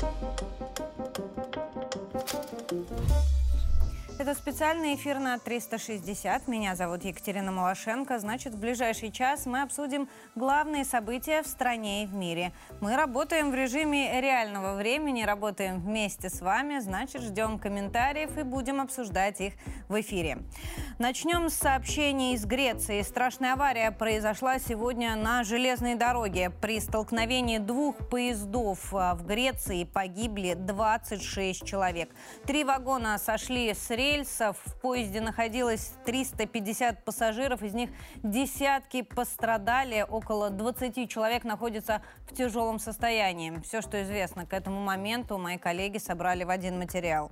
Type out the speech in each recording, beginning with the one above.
Это специальный эфир на 360. Меня зовут Екатерина Малашенко. Значит, в ближайший час мы обсудим главные события в стране и в мире. Мы работаем в режиме реального времени, работаем вместе с вами. Значит, ждем комментариев и будем обсуждать их в эфире. Начнем с сообщений из Греции. Страшная авария произошла сегодня на железной дороге. При столкновении двух поездов в Греции погибли 26 человек. 3 вагона сошли с рельсов. В поезде находилось 350 пассажиров, из них десятки пострадали. Около 20 человек находятся в тяжелом состоянии. Все, что известно к этому моменту, мои коллеги собрали в один материал.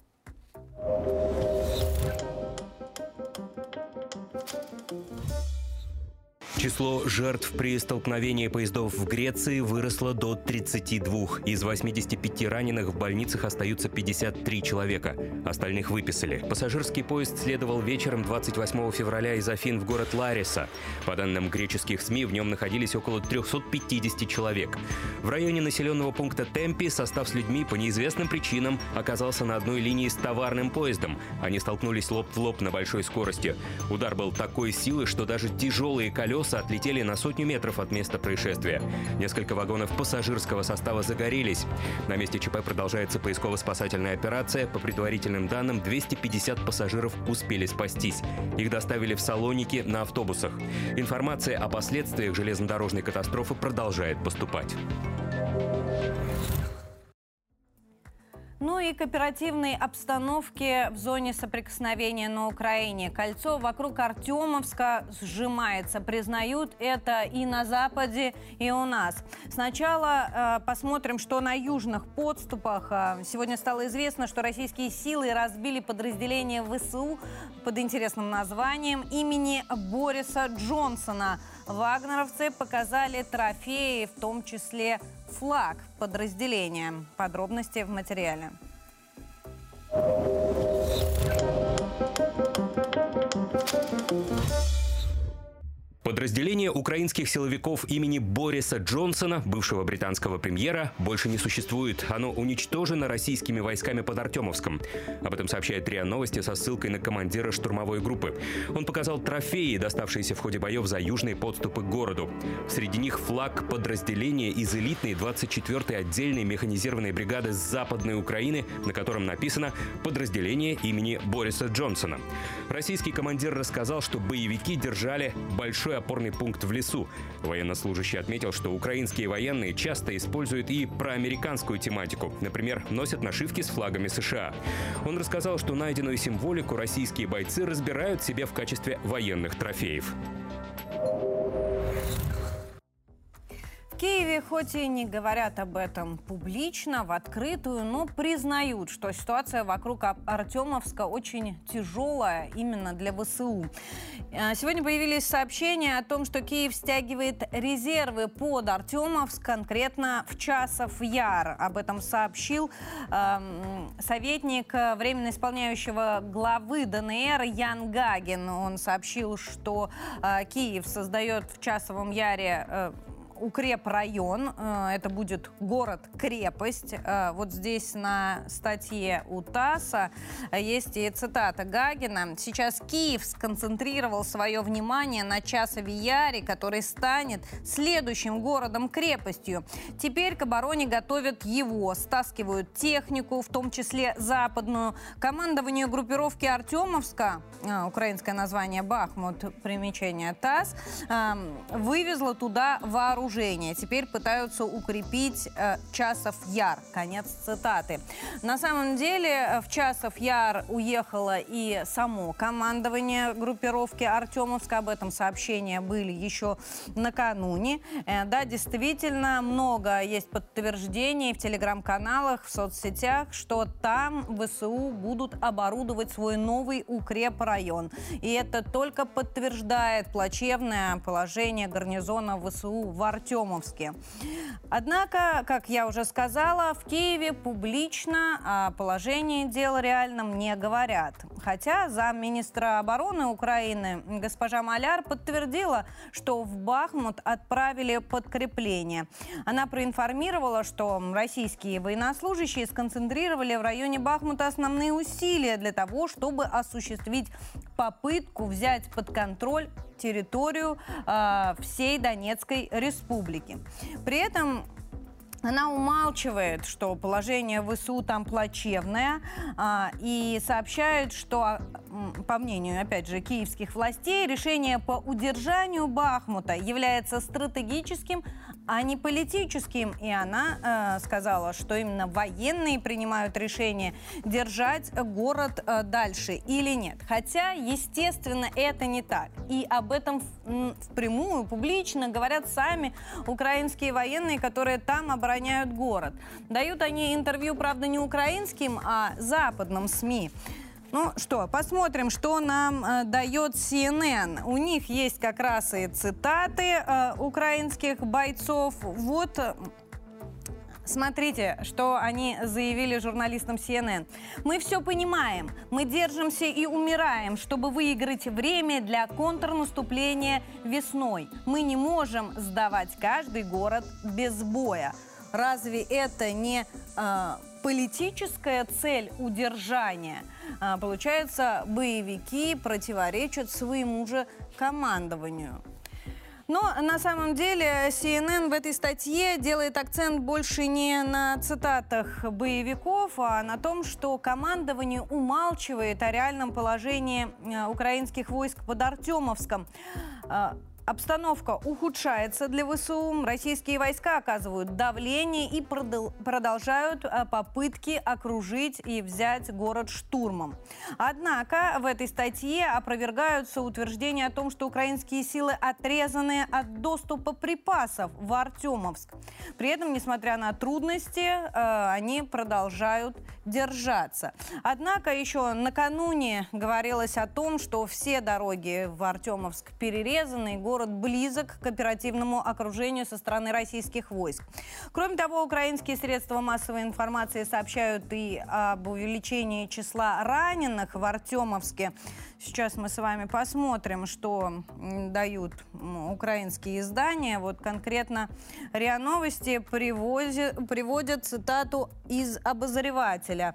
Число жертв при столкновении поездов в Греции выросло до 32. Из 85 раненых в больницах остаются 53 человека. Остальных выписали. Пассажирский поезд следовал вечером 28 февраля из Афин в город Лариса. По данным греческих СМИ, в нем находились около 350 человек. В районе населенного пункта Темпи состав с людьми по неизвестным причинам оказался на одной линии с товарным поездом. Они столкнулись лоб в лоб на большой скорости. Удар был такой силы, что даже тяжелые колеса отлетели на сотню метров от места происшествия. Несколько вагонов пассажирского состава загорелись. На месте ЧП продолжается поисково-спасательная операция. По предварительным данным, 250 пассажиров успели спастись. Их доставили в Салоники на автобусах. Информация о последствиях железнодорожной катастрофы продолжает поступать. Ну и к оперативной обстановке в зоне соприкосновения на Украине. Кольцо вокруг Артемовска сжимается. Признают это и на Западе, и у нас. Сначала посмотрим, что на южных подступах. Сегодня стало известно, что российские силы разбили подразделение ВСУ под интересным названием имени Бориса Джонсона. Вагнеровцы показали трофеи, в том числе флаг подразделения. Подробности в материале. Подразделение украинских силовиков имени Бориса Джонсона, бывшего британского премьера, больше не существует. Оно уничтожено российскими войсками под Артемовском. Об этом сообщает РИА Новости со ссылкой на командира штурмовой группы. Он показал трофеи, доставшиеся в ходе боев за южные подступы к городу. Среди них флаг подразделения из элитной 24-й отдельной механизированной бригады с Западной Украины, на котором написано «Подразделение имени Бориса Джонсона». Российский командир рассказал, что боевики держали большой опорный пункт в лесу. Военнослужащий отметил, что украинские военные часто используют и проамериканскую тематику. Например, носят нашивки с флагами США. Он рассказал, что найденную символику российские бойцы разбирают себе в качестве военных трофеев. В Киеве хоть и не говорят об этом публично, в открытую, но признают, что ситуация вокруг Артемовска очень тяжелая именно для ВСУ. Сегодня появились сообщения о том, что Киев стягивает резервы под Артемовск, конкретно в Часов Яр. Об этом сообщил советник временно исполняющего главы ДНР Ян Гагин. Он сообщил, что Киев создает в Часовом Яре укрепрайон. Это будет город-крепость. Вот здесь на статье у ТАССа есть и цитата Гагина. Сейчас Киев сконцентрировал свое внимание на Часове Яре, который станет следующим городом-крепостью. Теперь к обороне готовят его, стаскивают технику, в том числе западную. Командование группировки Артемовска, украинское название Бахмут, примечание ТАСС, вывезло туда вооружение. Теперь пытаются укрепить Часов Яр. Конец цитаты. На самом деле в Часов Яр уехало и само командование группировки Артемовска. Об этом сообщения были еще накануне. Да, действительно, много есть подтверждений в телеграм-каналах, в соцсетях, что там ВСУ будут оборудовать свой новый укрепрайон. И это только подтверждает плачевное положение гарнизона ВСУ в Артемовске. Однако, как я уже сказала, в Киеве публично о положении дел реальном не говорят. Хотя замминистра обороны Украины госпожа Маляр подтвердила, что в Бахмут отправили подкрепление. Она проинформировала, что российские военнослужащие сконцентрировали в районе Бахмута основные усилия для того, чтобы осуществить попытку взять под контроль территорию всей Донецкой республики. При этом она умалчивает, что положение в ВСУ там плачевное, и сообщает, что, по мнению, опять же, киевских властей, решение по удержанию Бахмута является стратегическим, а не политическим. И она сказала, что именно военные принимают решение, держать город дальше или нет. Хотя, естественно, это не так. И об этом впрямую, публично говорят сами украинские военные, которые там обороняют город. Дают они интервью, правда, не украинским, а западным СМИ. Ну что, посмотрим, что нам дает CNN. У них есть как раз и цитаты украинских бойцов. Вот, смотрите, что они заявили журналистам CNN. «Мы все понимаем, мы держимся и умираем, чтобы выиграть время для контрнаступления весной. Мы не можем сдавать каждый город без боя». Разве это не политическая цель удержания? Получается, боевики противоречат своему же командованию. Но на самом деле CNN в этой статье делает акцент больше не на цитатах боевиков, а на том, что командование умалчивает о реальном положении украинских войск под Артемовском. Обстановка ухудшается для ВСУ. Российские войска оказывают давление и продолжают попытки окружить и взять город штурмом. Однако в этой статье опровергаются утверждения о том, что украинские силы отрезаны от доступа припасов в Артемовск. При этом, несмотря на трудности, они продолжают держаться. Однако еще накануне говорилось о том, что все дороги в Артемовск перерезаны, и город близок к оперативному окружению со стороны российских войск. Кроме того, украинские средства массовой информации сообщают и об увеличении числа раненых в Артемовске. Сейчас мы с вами посмотрим, что дают украинские издания. Вот конкретно РИА Новости приводят цитату из обозревателя.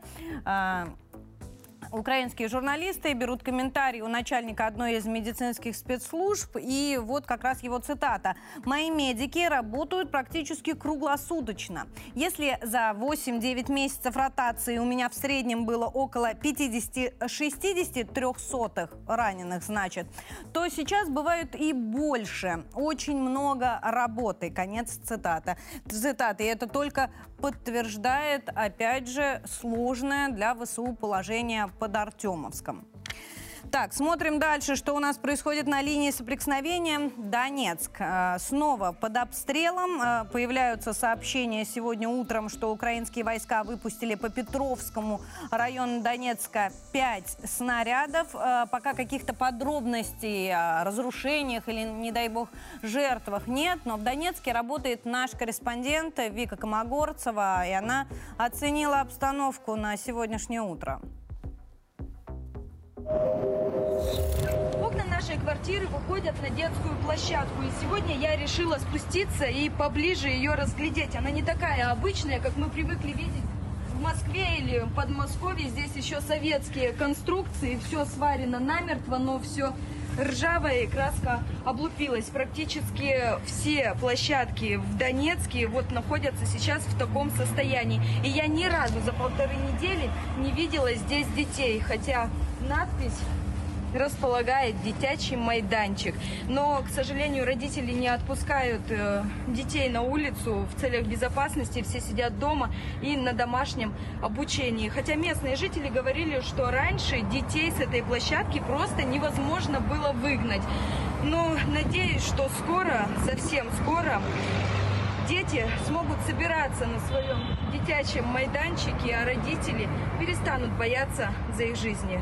Украинские журналисты берут комментарий у начальника одной из медицинских спецслужб, и вот как раз его цитата. «Мои медики работают практически круглосуточно. Если за 8-9 месяцев ротации у меня в среднем было около 50-60 трехсотых раненых, значит, то сейчас бывает и больше. Очень много работы». Конец цитаты. И это только подтверждает, опять же, сложное для ВСУ положение под Артемовском. Так, смотрим дальше, что у нас происходит на линии соприкосновения. Донецк. Снова под обстрелом. Появляются сообщения сегодня утром, что украинские войска выпустили по Петровскому району Донецка 5 снарядов. Пока каких-то подробностей о разрушениях или, не дай бог, жертвах нет. Но в Донецке работает наш корреспондент Вика Комогорцева, и она оценила обстановку на сегодняшнее утро. Окна нашей квартиры выходят на детскую площадку. И сегодня я решила спуститься и поближе ее разглядеть. Она не такая обычная, как мы привыкли видеть в Москве или в Подмосковье. Здесь еще советские конструкции. Все сварено намертво, но все ржавая, и краска облупилась. Практически все площадки в Донецке вот находятся сейчас в таком состоянии. И я ни разу за 1,5 недели не видела здесь детей. Хотя надпись располагает детячий майданчик. Но, к сожалению, родители не отпускают детей на улицу в целях безопасности. Все сидят дома и на домашнем обучении. Хотя местные жители говорили, что раньше детей с этой площадки просто невозможно было выгнать. Но надеюсь, что скоро, совсем скоро, дети смогут собираться на своем детячем майданчике, а родители перестанут бояться за их жизни.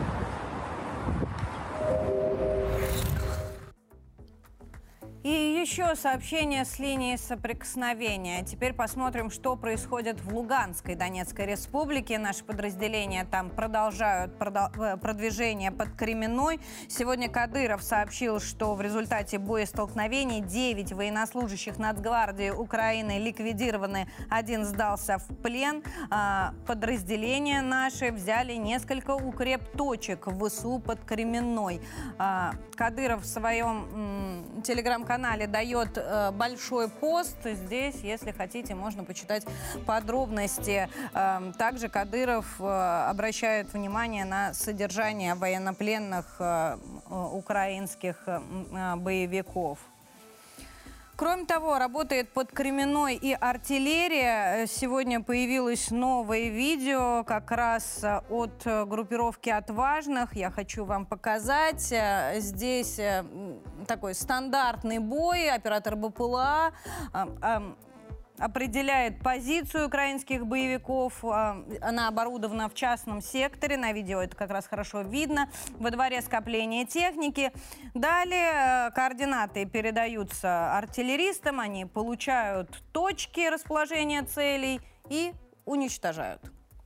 И еще сообщение с линии соприкосновения. Теперь посмотрим, что происходит в Луганской Донецкой республике. Наши подразделения там продолжают продвижение под Кременной. Сегодня Кадыров сообщил, что в результате боестолкновений 9 военнослужащих Нацгвардии Украины ликвидированы, 1 сдался в плен. Подразделения наши взяли несколько укрепточек в ВСУ под Кременной. Кадыров в своем телеграм-канале дает большой пост. Здесь, если хотите, можно почитать подробности. Также Кадыров обращает внимание на содержание военнопленных украинских боевиков. Кроме того, работает под Кременной и артиллерия. Сегодня появилось новое видео как раз от группировки «Отважных». Я хочу вам показать. Здесь такой стандартный бой. Оператор БПЛА определяет позицию украинских боевиков. Она оборудована в частном секторе. На видео это как раз хорошо видно. Во дворе скопления техники. Далее координаты передаются артиллеристам. Они получают точки расположения целей и уничтожают.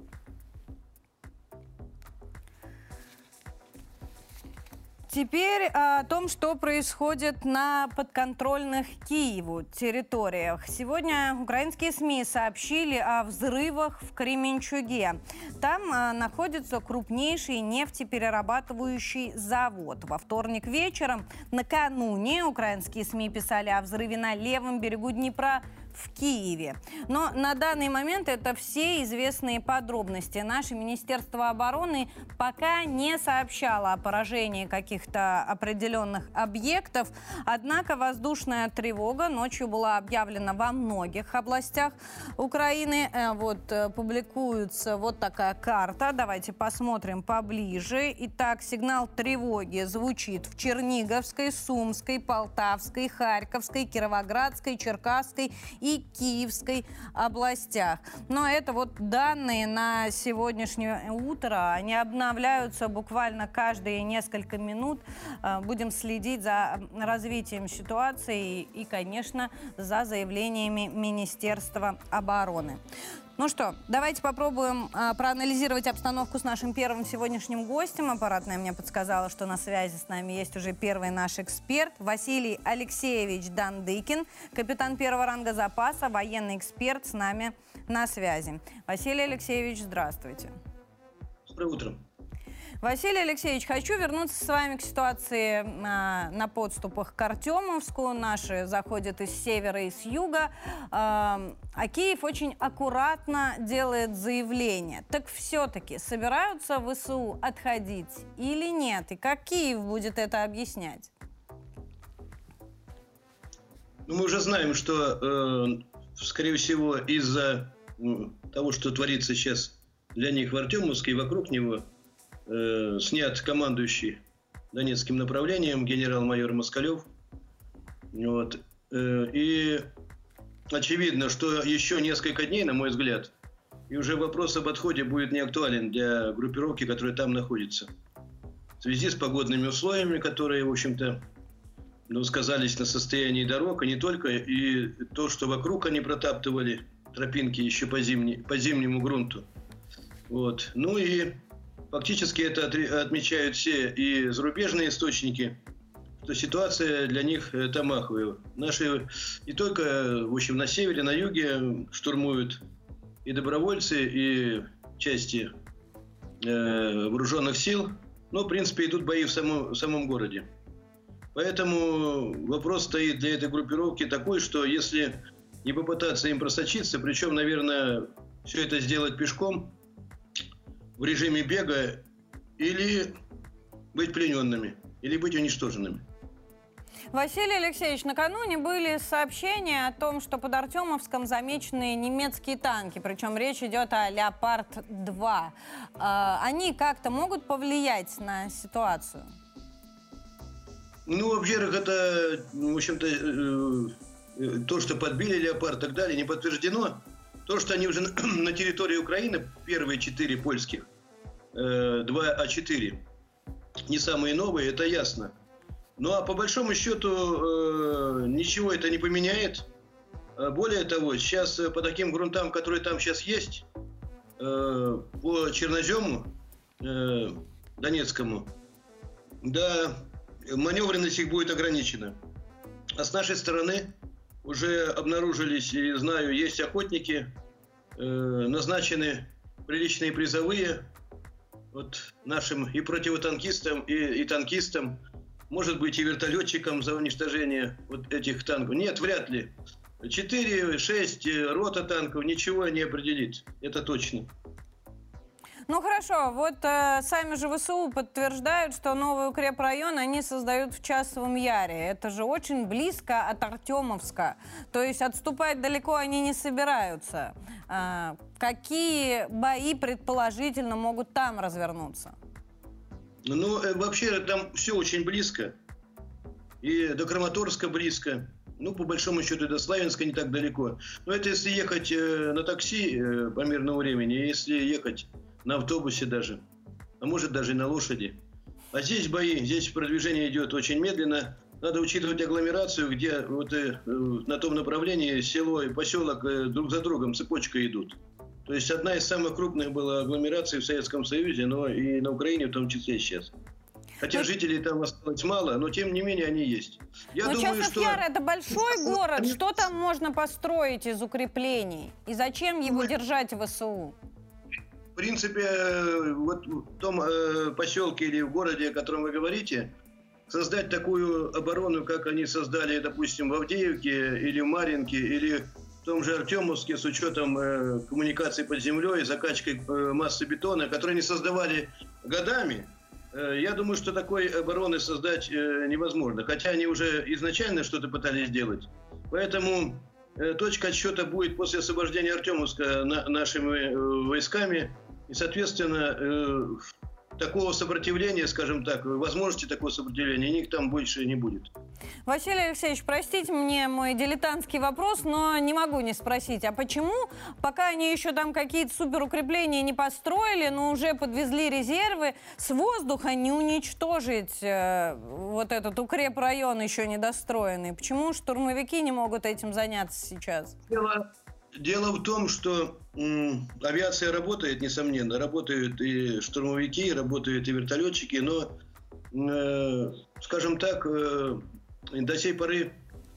Теперь о том, что происходит на подконтрольных Киеву территориях. Сегодня украинские СМИ сообщили о взрывах в Кременчуге. Там находится крупнейший нефтеперерабатывающий завод. Во вторник вечером, накануне, украинские СМИ писали о взрыве на левом берегу Днепра в Киеве. Но на данный момент это все известные подробности. Наше Министерство обороны пока не сообщало о поражении каких-то определенных объектов. Однако воздушная тревога ночью была объявлена во многих областях Украины. Вот публикуется вот такая карта. Давайте посмотрим поближе. Итак, сигнал тревоги звучит в Черниговской, Сумской, Полтавской, Харьковской, Кировоградской, Черкасской и Киевской областях. Но это вот данные на сегодняшнее утро. Они обновляются буквально каждые несколько минут. Будем следить за развитием ситуации и, конечно, за заявлениями Министерства обороны. Ну что, давайте попробуем проанализировать обстановку с нашим первым сегодняшним гостем. Аппаратная мне подсказала, что на связи с нами есть уже первый наш эксперт Василий Алексеевич Дандыкин, капитан первого ранга запаса, военный эксперт с нами на связи. Василий Алексеевич, здравствуйте. Доброе утро. Василий Алексеевич, хочу вернуться с вами к ситуации на подступах к Артемовску. Наши заходят из севера и с юга, а Киев очень аккуратно делает заявление. Так все-таки собираются ВСУ отходить или нет? И как Киев будет это объяснять? Ну, мы уже знаем, что, скорее всего, из-за того, что творится сейчас для них в Артемовске и вокруг него, снят командующий Донецким направлением генерал-майор Москалев. Вот. И очевидно, что еще несколько дней, на мой взгляд, и уже вопрос об отходе будет не актуален для группировки, которая там находится. В связи с погодными условиями, которые, в общем-то, сказались на состоянии дорог, и не только, и то, что вокруг они протаптывали тропинки еще по зимнему грунту. Вот. Ну и фактически это отмечают все и зарубежные источники, что ситуация для них там аховая. Наши не только, в общем, на севере, на юге штурмуют и добровольцы, и части вооруженных сил, но, в принципе, идут бои в самом городе. Поэтому вопрос стоит для этой группировки такой, что если не попытаться им просочиться, причем, наверное, все это сделать пешком, в режиме бега, или быть плененными, или быть уничтоженными. Василий Алексеевич, накануне были сообщения о том, что под Артемовском замечены немецкие танки, причем речь идет о «Леопард-2». Они как-то могут повлиять на ситуацию? Ну, во-первых, это, в общем-то, то, что подбили «Леопард» и так далее, не подтверждено. То, что они уже на территории Украины, первые 4 польских, 2 А4, не самые новые, это ясно. Ну а по большому счету ничего это не поменяет. Более того, сейчас по таким грунтам, которые там сейчас есть, по чернозему Донецкому, да, маневренность их будет ограничена. А с нашей стороны уже обнаружились, и знаю, есть охотники, назначены приличные призовые вот нашим и противотанкистам, и танкистам, может быть, и вертолетчикам за уничтожение вот этих танков. Нет, вряд ли. 4-6 рота танков ничего не определит, это точно. Ну хорошо, вот сами же ВСУ подтверждают, что новый укрепрайон они создают в Часовом Яре. Это же очень близко от Артемовска. То есть отступать далеко они не собираются. Какие бои предположительно могут там развернуться? Ну, вообще там все очень близко. И до Краматорска близко. Ну, по большому счету, до Славянска не так далеко. Но это если ехать на такси по мирному времени, если ехать на автобусе даже, а может даже и на лошади. А здесь бои, здесь продвижение идет очень медленно. Надо учитывать агломерацию, где вот на том направлении село и поселок друг за другом цепочкой идут. То есть одна из самых крупных была агломераций в Советском Союзе, но и на Украине в том числе сейчас. Хотя жителей там осталось мало, но тем не менее они есть. Я думаю, Часов Яр это большой город, что там можно построить из укреплений? И зачем его держать в ВСУ? В принципе, вот в том поселке или в городе, о котором вы говорите, создать такую оборону, как они создали, допустим, в Авдеевке или в Марьинке, или в том же Артемовске, с учетом коммуникаций под землей, закачкой массы бетона, которые они создавали годами, я думаю, что такой обороны создать невозможно. Хотя они уже изначально что-то пытались сделать. Поэтому точка отсчета будет после освобождения Артемовска нашими войсками. И, соответственно, такого сопротивления, скажем так, возможности такого сопротивления, них там больше не будет. Василий Алексеевич, простите мне мой дилетантский вопрос, но не могу не спросить, а почему, пока они еще там какие-то суперукрепления не построили, но уже подвезли резервы, с воздуха не уничтожить вот этот укрепрайон еще недостроенный? Почему штурмовики не могут этим заняться сейчас? Дело в том, что авиация работает, несомненно. Работают и штурмовики, работают и вертолетчики, но, скажем так, до сей поры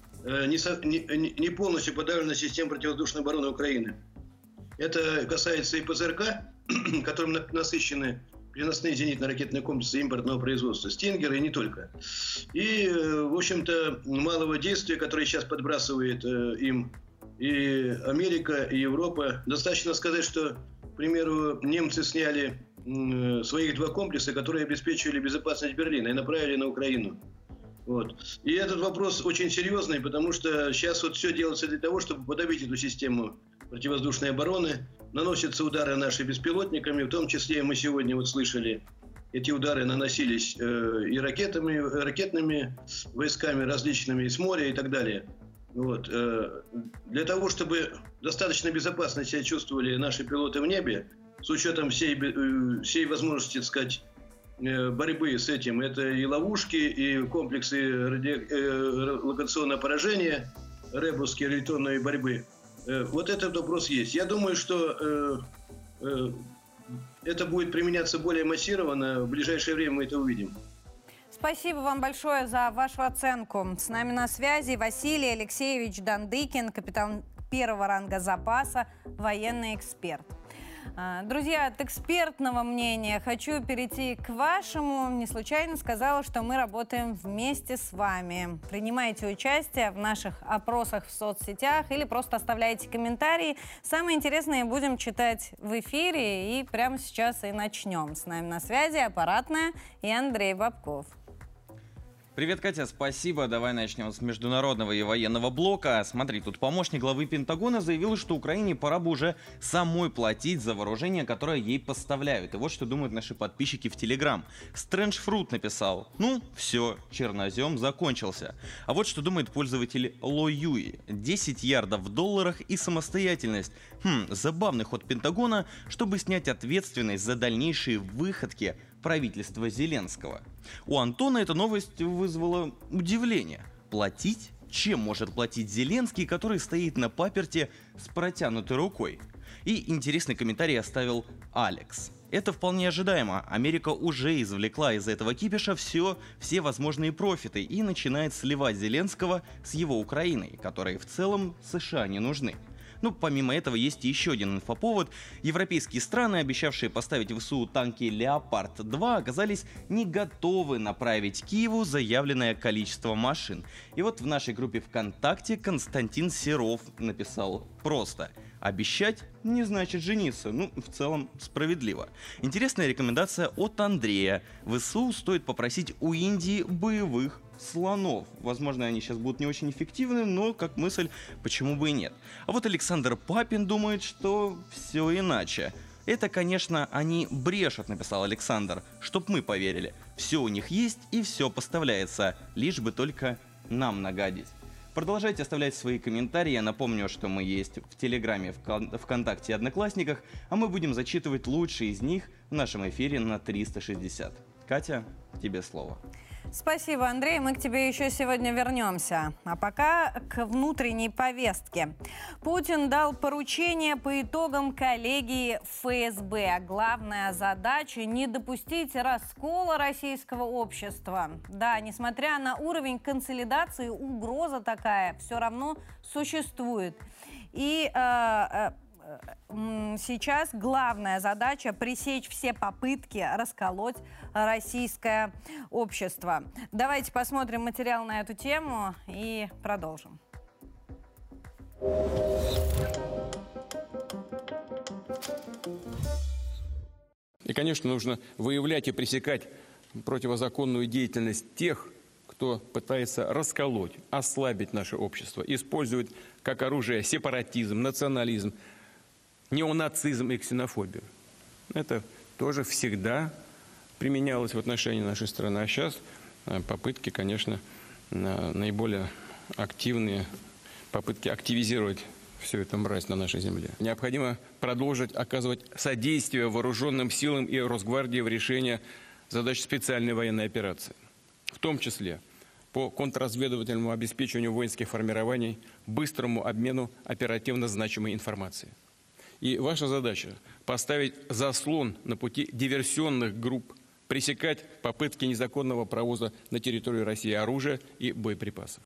не полностью подавлена система противовоздушной обороны Украины. Это касается и ПЗРК, которым насыщены переносные зенитно-ракетные комплексы импортного производства, «Стингеры» и не только. И, в общем-то, малого действия, которое сейчас подбрасывает им и Америка, и Европа. Достаточно сказать, что, к примеру, немцы сняли своих 2 комплекса, которые обеспечивали безопасность Берлина, и направили на Украину. Вот. И этот вопрос очень серьезный, потому что сейчас вот все делается для того, чтобы подавить эту систему противовоздушной обороны. Наносятся удары наши беспилотниками, в том числе мы сегодня вот слышали, эти удары наносились и ракетными войсками различными, и с моря и так далее. Вот. Для того, чтобы достаточно безопасно себя чувствовали наши пилоты в небе, с учетом всей возможности, так сказать, борьбы с этим, это и ловушки, и комплексы локационного поражения, рэбовские радиационной борьбы. Вот этот вопрос есть. Я думаю, что это будет применяться более массированно. В ближайшее время мы это увидим. Спасибо вам большое за вашу оценку. С нами на связи Василий Алексеевич Дандыкин, капитан 1-го ранга запаса, военный эксперт. Друзья, от экспертного мнения хочу перейти к вашему. Не случайно сказала, что мы работаем вместе с вами. Принимайте участие в наших опросах в соцсетях или просто оставляйте комментарии. Самое интересное будем читать в эфире. И прямо сейчас и начнем. С нами на связи Аппаратная и Андрей Бабков. Привет, Катя, спасибо. Давай начнем с международного и военного блока. Смотри, тут помощник главы Пентагона заявил, что Украине пора бы уже самой платить за вооружение, которое ей поставляют. И вот что думают наши подписчики в Телеграм. Стрэнджфрут написал: ну, все, чернозем закончился. А вот что думает пользователь Лоюи. 10 ярдов в долларах и самостоятельность. Забавный ход Пентагона, чтобы снять ответственность за дальнейшие выходки правительства Зеленского. У Антона эта новость вызвала удивление. Платить? Чем может платить Зеленский, который стоит на паперти с протянутой рукой? И интересный комментарий оставил Алекс. Это вполне ожидаемо. Америка уже извлекла из этого кипиша все возможные профиты и начинает сливать Зеленского с его Украиной, которой в целом США не нужны. Ну, помимо этого, есть еще один инфоповод. Европейские страны, обещавшие поставить в ВСУ танки «Леопард-2», оказались не готовы направить Киеву заявленное количество машин. И вот в нашей группе ВКонтакте Константин Серов написал просто: «Обещать не значит жениться». Ну, в целом, справедливо. Интересная рекомендация от Андрея. В ВСУ стоит попросить у Индии боевых слонов. Возможно, они сейчас будут не очень эффективны, но как мысль, почему бы и нет. А вот Александр Папин думает, что все иначе. Это, конечно, они брешут, написал Александр, чтоб мы поверили. Все у них есть и все поставляется, лишь бы только нам нагадить. Продолжайте оставлять свои комментарии. Я напомню, что мы есть в Телеграме, ВКонтакте и Одноклассниках, а мы будем зачитывать лучшие из них в нашем эфире на 360. Катя, тебе слово. Спасибо, Андрей. Мы к тебе еще сегодня вернемся. А пока к внутренней повестке. Путин дал поручение по итогам коллегии ФСБ. Главная задача – не допустить раскола российского общества. Да, несмотря на уровень консолидации, угроза такая все равно существует. И сейчас главная задача – пресечь все попытки расколоть российское общество. Давайте посмотрим материал на эту тему и продолжим. И, конечно, нужно выявлять и пресекать противозаконную деятельность тех, кто пытается расколоть, ослабить наше общество, использует как оружие сепаратизм, национализм, неонацизм и ксенофобию. Это тоже всегда применялось в отношении нашей страны. А сейчас попытки, конечно, наиболее активные, попытки активизировать всю эту мразь на нашей земле. Необходимо продолжить оказывать содействие вооруженным силам и Росгвардии в решении задач специальной военной операции. В том числе по контрразведывательному обеспечению воинских формирований, быстрому обмену оперативно значимой информацией. И ваша задача – поставить заслон на пути диверсионных групп, пресекать попытки незаконного провоза на территорию России оружия и боеприпасов.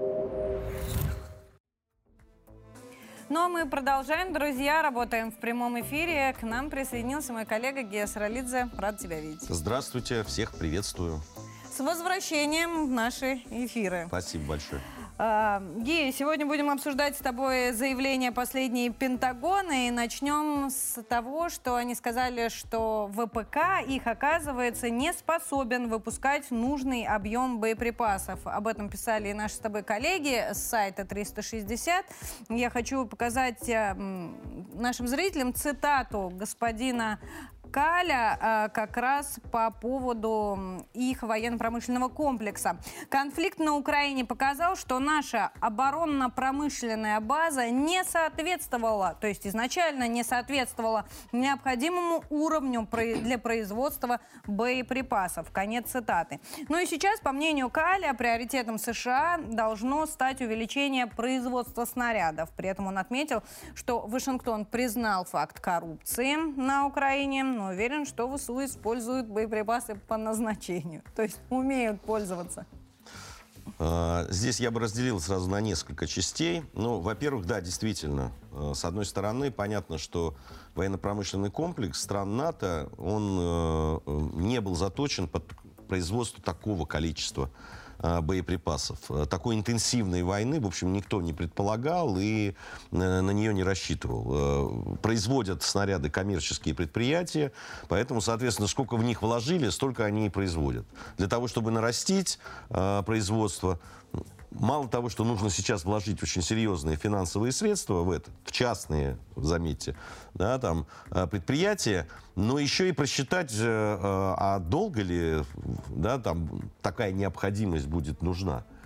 Ну а мы продолжаем, друзья, работаем в прямом эфире. К нам присоединился мой коллега Гия Саралидзе. Рад тебя видеть. Здравствуйте, всех приветствую. С возвращением в наши эфиры. Спасибо большое. Гия, сегодня будем обсуждать с тобой заявления последние Пентагона. И начнем с того, что они сказали, что ВПК их, оказывается, не способен выпускать нужный объем боеприпасов. Об этом писали и наши с тобой коллеги с сайта 360. Я хочу показать нашим зрителям цитату господина Каля как раз по поводу их военно-промышленного комплекса. Конфликт на Украине показал, что наша оборонно-промышленная база не соответствовала, то есть изначально не соответствовала необходимому уровню для производства боеприпасов. Конец цитаты. Ну и сейчас, по мнению Каля, приоритетом США должно стать увеличение производства снарядов. При этом он отметил, что Вашингтон признал факт коррупции на Украине, но уверен, что ВСУ используют боеприпасы по назначению. То есть умеют пользоваться. Здесь я бы разделил сразу на несколько частей. Ну, во-первых, да, действительно, с одной стороны, понятно, что военно-промышленный комплекс стран НАТО, он не был заточен под производство такого количества боеприпасов. Такой интенсивной войны, в общем, никто не предполагал и на нее не рассчитывал. Производят снаряды коммерческие предприятия, поэтому, соответственно, сколько в них вложили, столько они и производят. Для того, чтобы нарастить производство, мало того, что нужно сейчас вложить очень серьезные финансовые средства в это, в частные, заметьте, да, там, предприятия, но еще и просчитать, а долго ли, да, там, такая необходимость будет нужна.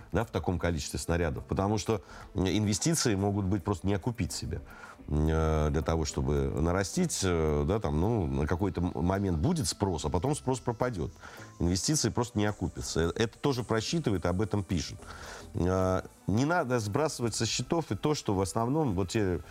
да, в таком количестве снарядов, потому что инвестиции могут быть просто не окупить себя для того, чтобы нарастить, да, там, ну, на какой-то момент будет спрос, а потом спрос пропадет. Инвестиции просто не окупятся. Это тоже просчитывают, об этом пишут. Не надо сбрасывать со счетов и то, что в основном вот те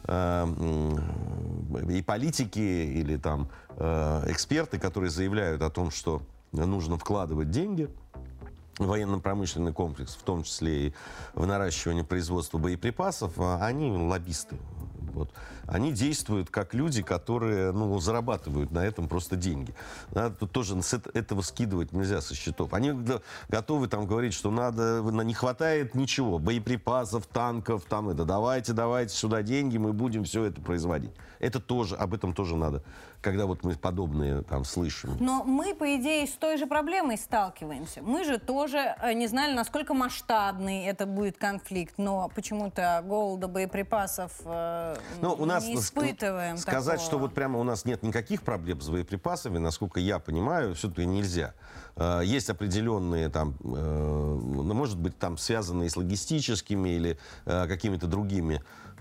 и политики, или там эксперты, которые заявляют о том, что нужно вкладывать деньги в военно-промышленный комплекс, в том числе и в наращивание производства боеприпасов, они лоббисты. Вот. Они действуют как люди, которые, ну, зарабатывают на этом просто деньги. Да, тут тоже с этого скидывать нельзя со счетов. Они готовы там говорить, что не хватает ничего, боеприпасов, танков, там это, давайте сюда деньги, мы будем все это производить. Это тоже, об этом тоже надо, когда вот мы подобные там слышим. Но мы, по идее, с той же проблемой сталкиваемся. Мы же тоже не знали, насколько масштабный это будет конфликт, но почему-то голода боеприпасов не испытываем. Сказать, такого. что вот прямо у нас нет никаких проблем с боеприпасами, насколько я понимаю, все-таки нельзя. Есть определенные там, может быть, там связанные с логистическими или какими-то другими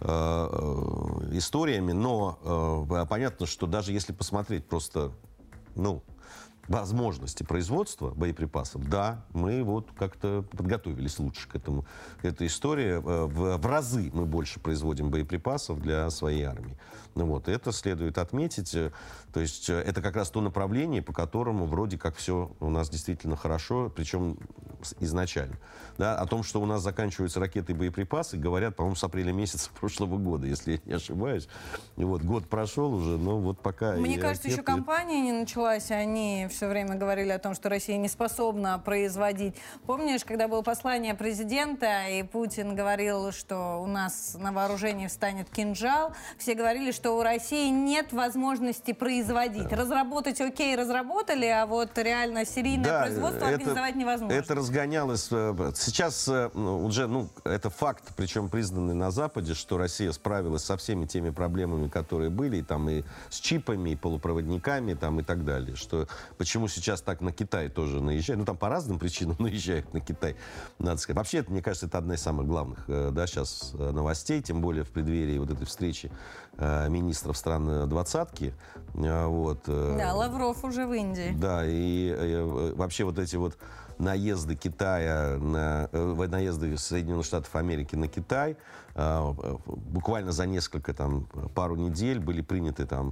историями, но понятно, что даже если посмотреть просто, ну, возможности производства боеприпасов, да, мы вот как-то подготовились лучше к этому. Эта история, в разы мы больше производим боеприпасов для своей армии. Ну вот, это следует отметить. То есть это как раз то направление, по которому вроде как все у нас действительно хорошо, причем изначально. Да, о том, что у нас заканчиваются ракеты и боеприпасы, говорят, по-моему, с апреля месяца прошлого года, если я не ошибаюсь. И вот год прошел уже, но вот пока... Мне кажется, еще кампания не началась, они все время говорили о том, что Россия не способна производить. Помнишь, когда было послание президента, и Путин говорил, что у нас на вооружении встанет кинжал, все говорили, что у России нет возможности производить. Разработать, окей, разработали, а вот реально серийное производство организовать невозможно. Это разгонялось. Сейчас уже, ну, это факт, причем признанный на Западе, что Россия справилась со всеми теми проблемами, которые были, там и с чипами, и полупроводниками, там и так далее. Что, почему сейчас так на Китай тоже наезжают? Ну, там по разным причинам наезжают на Китай, надо сказать. Вообще, мне кажется, это одна из самых главных, да, сейчас новостей, тем более в преддверии вот этой встречи министров стран двадцатки. Вот. Да, Лавров уже в Индии. Да, и вообще вот эти вот наезды Китая, наезды Соединенных Штатов Америки на Китай, буквально за несколько, там, пару недель были приняты там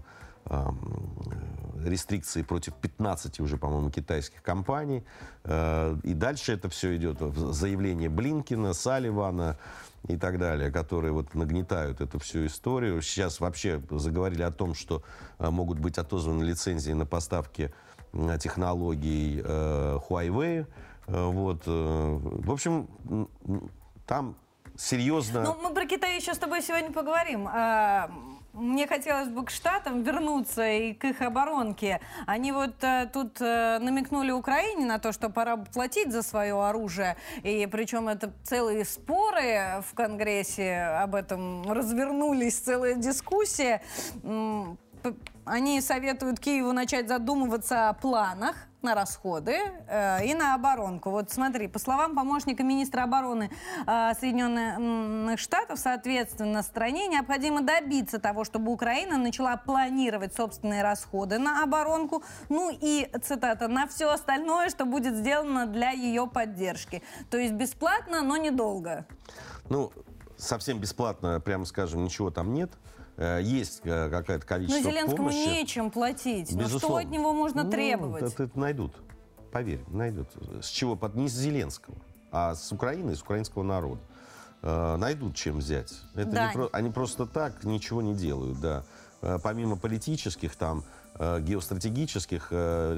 рестрикции против 15 уже, по-моему, китайских компаний. И дальше это все идет в заявление Блинкена, Салливана и так далее, которые вот нагнетают эту всю историю. Сейчас вообще заговорили о том, что могут быть отозваны лицензии на поставки технологий Huawei. Вот. В общем, там серьезно... Ну, мы про Китай еще с тобой сегодня поговорим. Мне хотелось бы к Штатам вернуться и к их оборонке. Они вот тут намекнули Украине на то, что пора платить за свое оружие. И причем это целые споры в Конгрессе об этом развернулись, целая дискуссия. Они советуют Киеву начать задумываться о планах на расходы и на оборонку. Вот смотри, по словам помощника министра обороны Соединенных Штатов, соответственно, стране необходимо добиться того, чтобы Украина начала планировать собственные расходы на оборонку, ну и, цитата, на все остальное, что будет сделано для ее поддержки. То есть бесплатно, но недолго. Ну, совсем бесплатно, прямо скажем, ничего там нет. Есть какое-то количество помощи. Но Зеленскому нечем платить. Но что от него можно требовать? Это найдут. Поверь, найдут. С чего? Не с Зеленского, а с Украины и с украинского народа. Найдут чем взять. Это да. Они просто так ничего не делают. Да. Помимо политических, там, геостратегических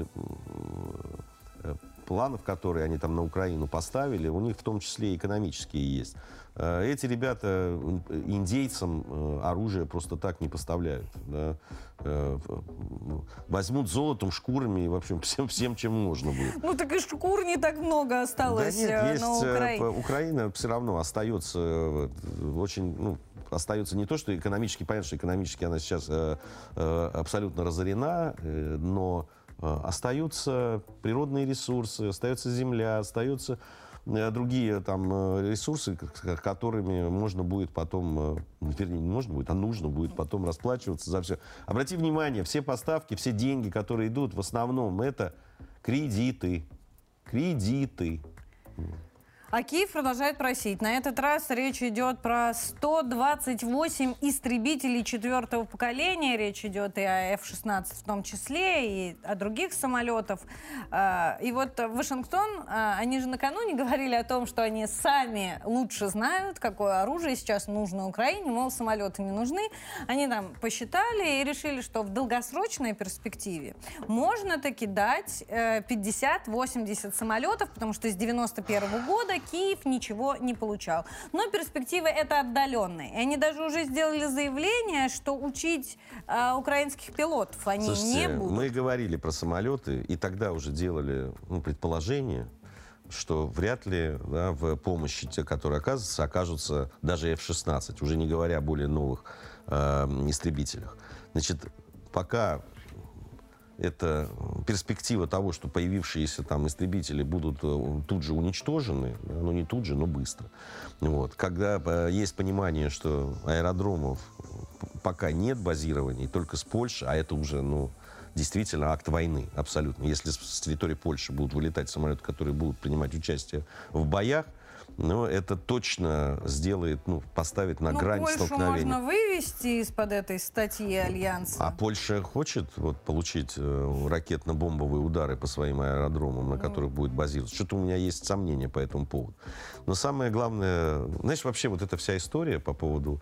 планов, которые они там на Украину поставили, у них в том числе и экономические есть. Эти ребята индейцам оружие просто так не поставляют. Да. Возьмут золотом, шкурами и, в общем, всем, чем можно будет. Ну, так и шкур не так много осталось да нет, на Украине. Украина все равно остается очень... Ну, остается не то, что экономически, понятно, что экономически она сейчас абсолютно разорена, но остаются природные ресурсы, остается земля, остается другие там ресурсы, которыми можно будет потом, вернее, не можно будет, а нужно будет потом расплачиваться за все. Обрати внимание, все поставки, все деньги, которые идут, в основном это кредиты. Кредиты. А Киев продолжает просить. На этот раз речь идет про 128 истребителей 4-го поколения. Речь идет и о F-16 в том числе, и о других самолетах. И вот Вашингтон, они же накануне говорили о том, что они сами лучше знают, какое оружие сейчас нужно Украине, мол, самолеты не нужны. Они там посчитали и решили, что в долгосрочной перспективе можно таки дать 50-80 самолетов, потому что с 91-го года Киев ничего не получал. Но перспективы это отдаленные. И они даже уже сделали заявление, что учить украинских пилотов они не будут. Мы говорили про самолеты, и тогда уже делали предположение, что вряд ли в помощи те, которые окажутся даже F-16, уже не говоря о более новых истребителях. Значит, пока это перспектива того, что появившиеся там истребители будут тут же уничтожены, ну не тут же, но быстро. Вот. Когда есть понимание, что аэродромов пока нет базирований, только с Польши, а это уже, действительно акт войны, абсолютно. Если с территории Польши будут вылетать самолеты, которые будут принимать участие в боях, это точно сделает, поставит на грань столкновения. Польшу можно вывести из-под этой статьи Альянса. А Польша хочет получить ракетно-бомбовые удары по своим аэродромам, на которых будет базироваться. Что-то у меня есть сомнения по этому поводу. Но самое главное, знаешь, вообще вот эта вся история по поводу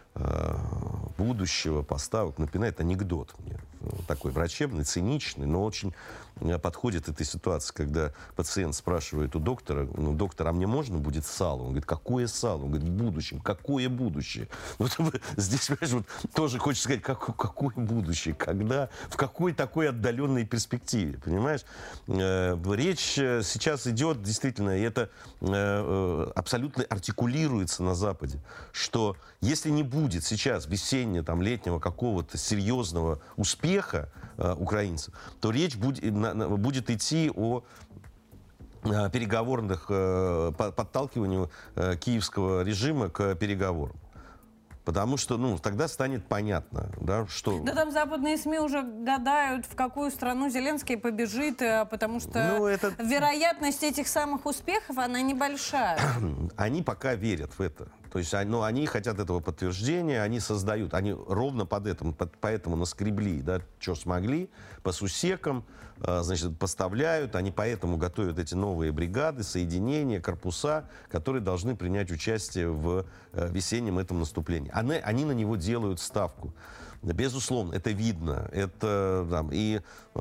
будущего поставок напоминает анекдот мне. Такой врачебный, циничный, но очень подходит этой ситуации, когда пациент спрашивает у доктора, доктор, а мне можно будет сало? Он говорит, какое сало? Он говорит, в будущем. Какое будущее? Вот здесь, понимаешь, тоже хочется сказать, какое будущее? Когда? В какой такой отдаленной перспективе? Понимаешь? Речь сейчас идет, действительно, и это абсолютно артикулируется на Западе, что если не будет сейчас весенне-летнего какого-то серьезного успеха украинцев, то речь будет идти о переговорных подталкиванию киевского режима к переговорам. Потому что, тогда станет понятно, что... Да там западные СМИ уже гадают, в какую страну Зеленский побежит, потому что вероятность этих самых успехов, она небольшая. Они пока верят в это. То есть они хотят этого подтверждения, они создают, они ровно поэтому наскребли, что смогли, по сусекам, поставляют, они поэтому готовят эти новые бригады, соединения, корпуса, которые должны принять участие в весеннем этом наступлении. Они на него делают ставку. Безусловно, это видно. Это и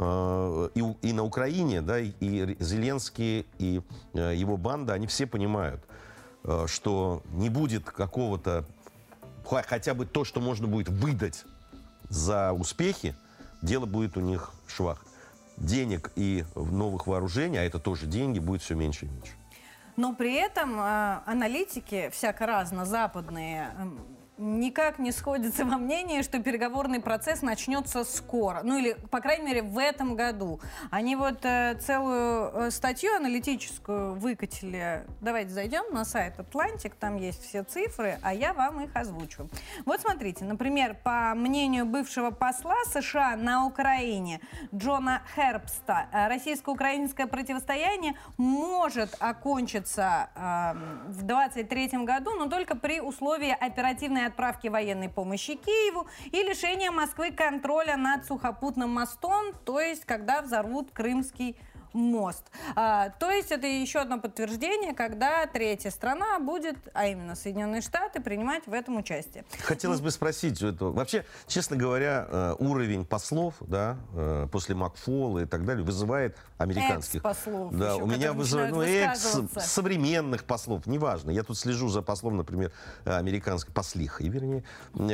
на Украине, и Зеленский, и его банда, они все понимают, что не будет какого-то, хотя бы то, что можно будет выдать за успехи, дело будет у них швах. Денег и новых вооружений, а это тоже деньги, будет все меньше и меньше. Но при этом аналитики всяко разно западные никак не сходятся во мнении, что переговорный процесс начнется скоро. Или, по крайней мере, в этом году. Они целую статью аналитическую выкатили. Давайте зайдем на сайт Atlantic, там есть все цифры, а я вам их озвучу. Вот смотрите, например, по мнению бывшего посла США на Украине Джона Хербста, российско-украинское противостояние может окончиться в 2023 году, но только при условии оперативной отправки военной помощи Киеву и лишения Москвы контроля над сухопутным мостом, то есть когда взорвут Крымский мост. То есть это еще одно подтверждение, когда третья страна будет, а именно Соединенные Штаты, принимать в этом участие. Хотелось бы спросить, вообще, честно говоря, уровень послов, после Макфола и так далее, вызывает американских. Экс-послов. Да, еще, у меня вызывает современных послов, неважно. Я тут слежу за послом, например, американской послихой, вернее,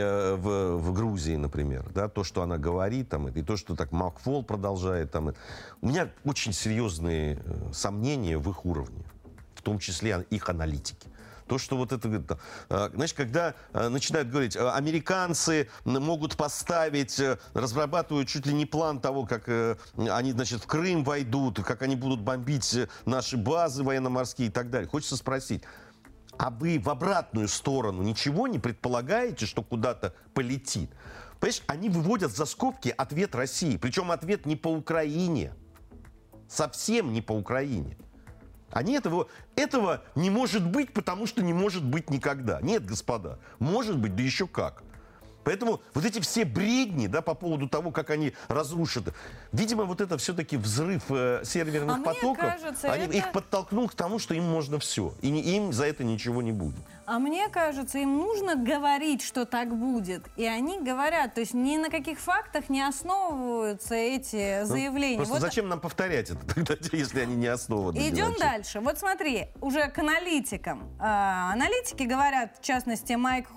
в Грузии, например, то, что она говорит, и то, что так Макфол продолжает. У меня очень серьезные сомнения в их уровне, в том числе их аналитики. То, что вот это... Знаешь, когда начинают говорить, американцы могут поставить, разрабатывают чуть ли не план того, как они, значит, в Крым войдут, как они будут бомбить наши базы военно-морские и так далее. Хочется спросить, а вы в обратную сторону ничего не предполагаете, что куда-то полетит? Понимаешь, они выводят за скобки ответ России. Причем ответ не по Украине. Совсем не по Украине. Этого не может быть, потому что не может быть никогда. Нет, господа, может быть, да еще как. Поэтому вот эти все бредни, да, по поводу того, как они разрушат, видимо, вот это все-таки взрыв серверных потоков, кажется, их подтолкнул к тому, что им можно все, и им за это ничего не будет. А мне кажется, им нужно говорить, что так будет. И они говорят. То есть ни на каких фактах не основываются эти заявления. Просто вот зачем нам повторять это тогда, если они не основаны? Идем дальше. Вот смотри, уже к аналитикам. Аналитики говорят, в частности,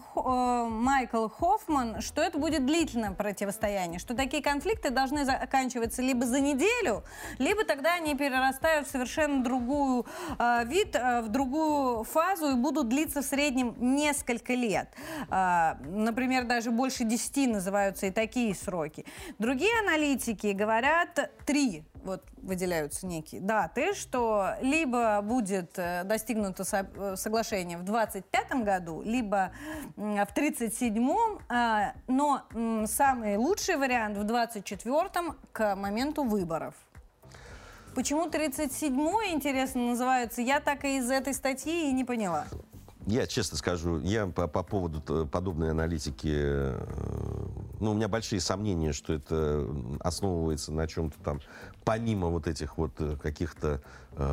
Майкл Хоффман, что это будет длительное противостояние, что такие конфликты должны заканчиваться либо за неделю, либо тогда они перерастают в совершенно другую вид, в другую фазу и будут длиться в среднем несколько лет. Например, даже больше 10 называются и такие сроки. Другие аналитики говорят 3. Вот выделяются некие даты, что либо будет достигнуто соглашение в 2025 году, либо в 1937, но самый лучший вариант в 2024 к моменту выборов. Почему 1937-й, интересно, называется? Я так и из этой статьи и не поняла. Я честно скажу, я по поводу подобной аналитики, у меня большие сомнения, что это основывается на чем-то там, помимо вот этих вот каких-то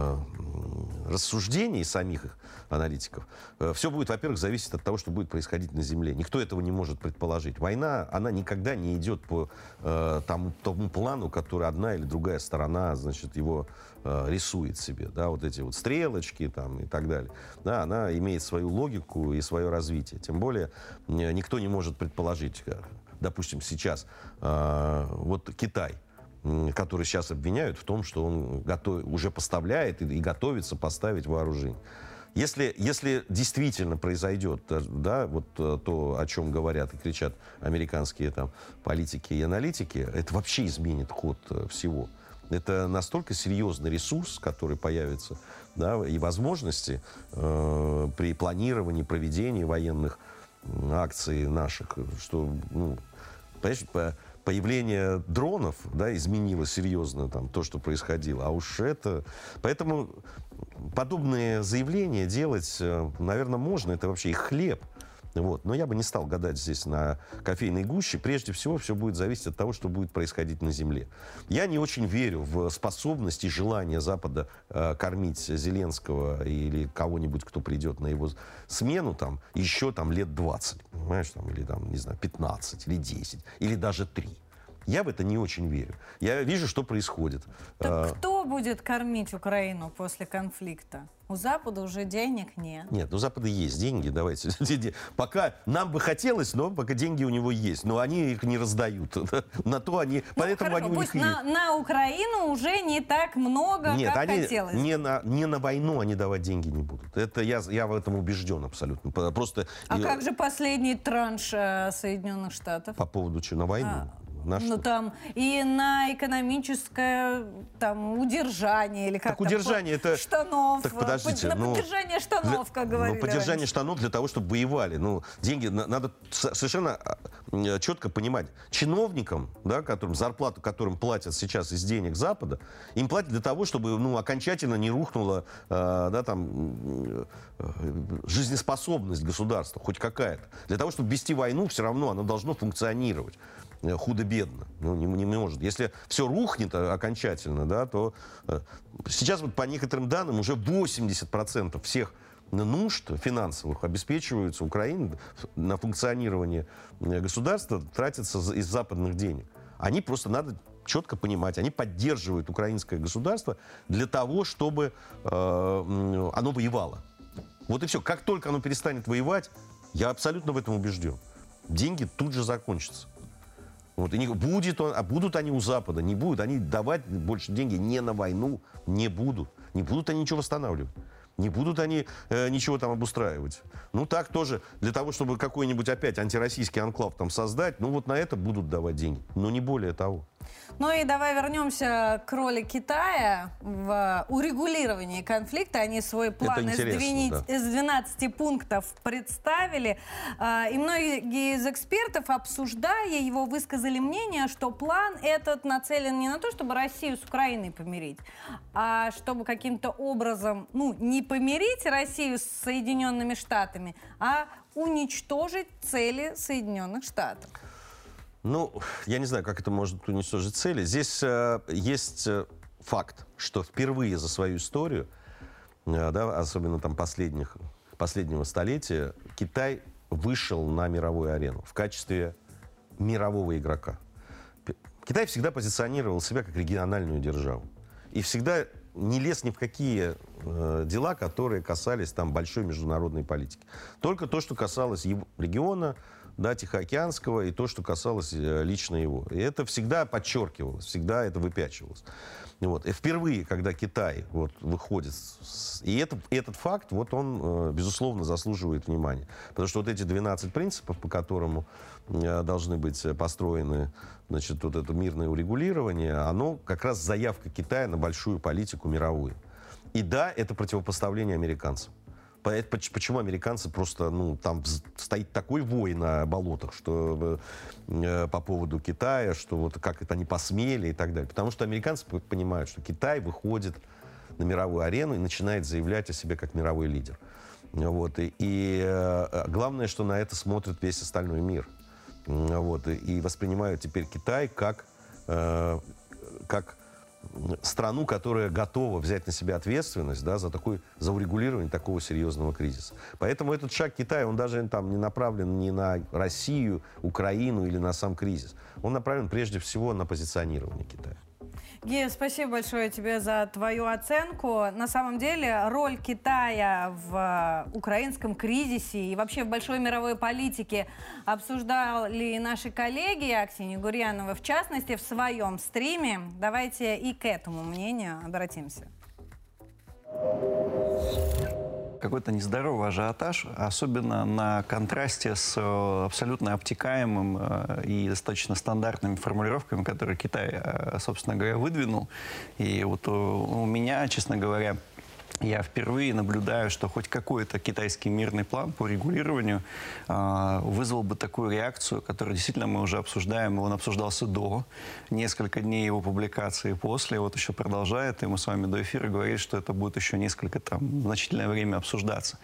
рассуждений самих аналитиков. Все будет, во-первых, зависеть от того, что будет происходить на Земле. Никто этого не может предположить. Война, она никогда не идет по тому плану, который одна или другая сторона, значит, его рисует себе, да, вот эти вот стрелочки там и так далее. Да, она имеет свою логику и свое развитие. Тем более никто не может предположить, допустим, сейчас вот Китай, который сейчас обвиняют в том, что он уже поставляет и готовится поставить вооружение. Если действительно произойдет, да, вот то, о чем говорят и кричат американские там политики и аналитики, это вообще изменит ход всего. Это настолько серьезный ресурс, который появится, да, и возможности при планировании, проведении военных акций наших, что, понимаешь, появление дронов, да, изменило серьезно там то, что происходило. А уж это... Поэтому подобные заявления делать, наверное, можно. Это вообще их хлеб. Вот. Но я бы не стал гадать здесь на кофейной гуще. Прежде всего, все будет зависеть от того, что будет происходить на Земле. Я не очень верю в способность и желание Запада кормить Зеленского или кого-нибудь, кто придет на его смену, там, еще там, лет 20, понимаешь, там, или там, не знаю, 15, или 10, или даже 3. Я в это не очень верю. Я вижу, что происходит. Так кто будет кормить Украину после конфликта? У Запада уже денег нет. Нет, у Запада есть деньги, давайте. Пока нам бы хотелось, но пока деньги у него есть. Но они их не раздают. На то они... Поэтому хорошо, они у них и есть. На Украину уже не так много, нет, как они хотелось. Не на войну они давать деньги не будут. Это я в этом убежден абсолютно. Просто... как же последний транш Соединенных Штатов? По поводу чего? На войну? Там и на экономическое там удержание или как так удержание это штанов. Так подождите, на поддержание штанов, как говорили. Поддержание раньше. Штанов для того, чтобы воевали. Деньги надо совершенно четко понимать. Чиновникам, да, зарплату которым платят сейчас из денег Запада, им платят для того, чтобы окончательно не рухнула жизнеспособность государства, хоть какая-то. Для того, чтобы вести войну, все равно оно должно функционировать. Худо-бедно. Не может. Если все рухнет окончательно, да, то сейчас вот по некоторым данным уже 80% всех нужд финансовых обеспечиваются Украиной на функционирование государства, тратятся из западных денег. Они просто надо четко понимать, они поддерживают украинское государство для того, чтобы оно воевало. Вот и все. Как только оно перестанет воевать, я абсолютно в этом убежден, деньги тут же закончатся. Вот, и будут они у Запада, не будут. Они давать больше деньги не на войну не будут. Не будут они ничего восстанавливать. Не будут они ничего там обустраивать. Ну так тоже, для того, чтобы какой-нибудь опять антироссийский анклав там создать, ну вот на это будут давать деньги. Но не более того. Ну и давай вернемся к роли Китая в урегулировании конфликта. Они свой план из 12 пунктов представили. И многие из экспертов, обсуждая его, высказали мнение, что план этот нацелен не на то, чтобы Россию с Украиной помирить, а чтобы каким-то образом, ну, не помирить Россию с Соединенными Штатами, а уничтожить цели Соединенных Штатов. Ну, я не знаю, как это может уничтожить цели. Здесь есть факт, что впервые за свою историю, да, особенно там последнего столетия, Китай вышел на мировую арену в качестве мирового игрока. Китай всегда позиционировал себя как региональную державу. И всегда не лез ни в какие дела, которые касались там большой международной политики. Только то, что касалось его региона, да, Тихоокеанского, и то, что касалось лично его. И это всегда подчеркивалось, всегда это выпячивалось. Вот. И впервые, когда Китай вот выходит... И этот факт, вот он, безусловно, заслуживает внимания. Потому что вот эти 12 принципов, по которым должны быть построены, значит, вот это мирное урегулирование, оно как раз заявка Китая на большую политику мировую. И да, это противопоставление американцам. Почему американцы просто, ну, там стоит такой вой на болотах, что по поводу Китая, что вот как это они посмели и так далее. Потому что американцы понимают, что Китай выходит на мировую арену и начинает заявлять о себе как мировой лидер. Вот. И главное, что на это смотрит весь остальной мир. Вот. И воспринимают теперь Китай как страну, которая готова взять на себя ответственность, да, за урегулирование такого серьезного кризиса. Поэтому этот шаг Китая, он даже там не направлен ни на Россию, Украину или на сам кризис. Он направлен прежде всего на позиционирование Китая. Гея, спасибо большое тебе за твою оценку. На самом деле роль Китая в украинском кризисе и вообще в большой мировой политике обсуждали и наши коллеги, Аксинья Гурьянова в частности, в своем стриме. Давайте и к этому мнению обратимся. Какой-то нездоровый ажиотаж, особенно на контрасте с абсолютно обтекаемым и достаточно стандартными формулировками, которые Китай, собственно говоря, выдвинул. И вот у меня, честно говоря, я впервые наблюдаю, что хоть какой-то китайский мирный план по регулированию вызвал бы такую реакцию, которую действительно мы уже обсуждаем. Он обсуждался до, несколько дней его публикации после, вот еще продолжает. И мы с вами до эфира говорили, что это будет еще несколько, там, значительное время обсуждаться.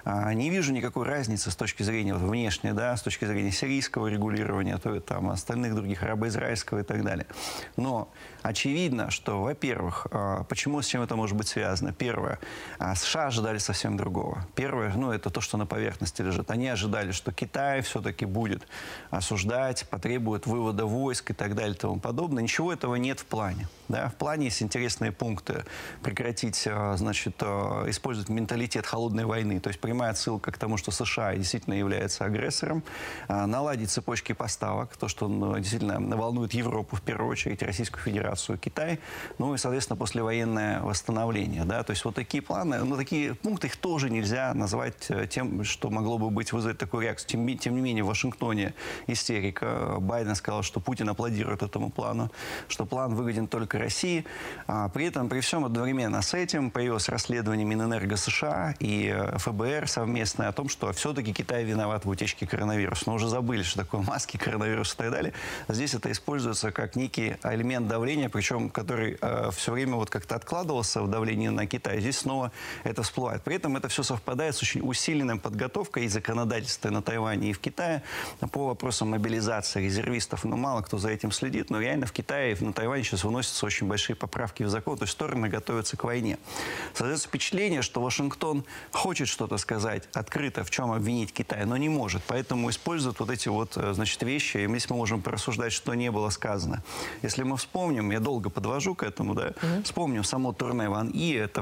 Не вижу никакой разницы с точки зрения вот, внешней, да, с точки зрения сирийского регулирования, то и там остальных других, арабо-израильского и так далее. Но очевидно, что, во-первых, почему, с чем это может быть связано? Первое. США ожидали совсем другого. Первое, ну, это то, что на поверхности лежит. Они ожидали, что Китай все-таки будет осуждать, потребует вывода войск и так далее и тому подобное. Ничего этого нет в плане. Да? В плане есть интересные пункты. Прекратить, значит, использовать менталитет холодной войны. То есть прямая отсылка к тому, что США действительно является агрессором. Наладить цепочки поставок. То, что действительно волнует Европу, в первую очередь, Российскую Федерацию, Китай. Ну и, соответственно, послевоенное восстановление. Да? То есть вот такие планы, но такие пункты, их тоже нельзя назвать тем, что могло бы вызвать такую реакцию. Тем не менее, в Вашингтоне истерика. Байден сказал, что Путин аплодирует этому плану, что план выгоден только России. При этом, при всем одновременно с этим появилось расследование Минэнерго США и ФБР совместное о том, что все-таки Китай виноват в утечке коронавируса. Но уже забыли, что такое маски, коронавирус и так далее. Здесь это используется как некий элемент давления, причем который все время вот как-то откладывался в давлении на Китай. Здесь снова это всплывает. При этом это все совпадает с очень усиленной подготовкой и законодательством на Тайване и в Китае по вопросам мобилизации резервистов. Ну, мало кто за этим следит, но реально в Китае и на Тайване сейчас выносятся очень большие поправки в закон, то есть стороны готовятся к войне. Создается впечатление, что Вашингтон хочет что-то сказать открыто, в чем обвинить Китай, но не может. Поэтому используют вот эти вот, значит, вещи. И здесь мы можем порассуждать, что не было сказано. Если мы вспомним, я долго подвожу к этому, да, вспомним само турне Ван И, это Франция,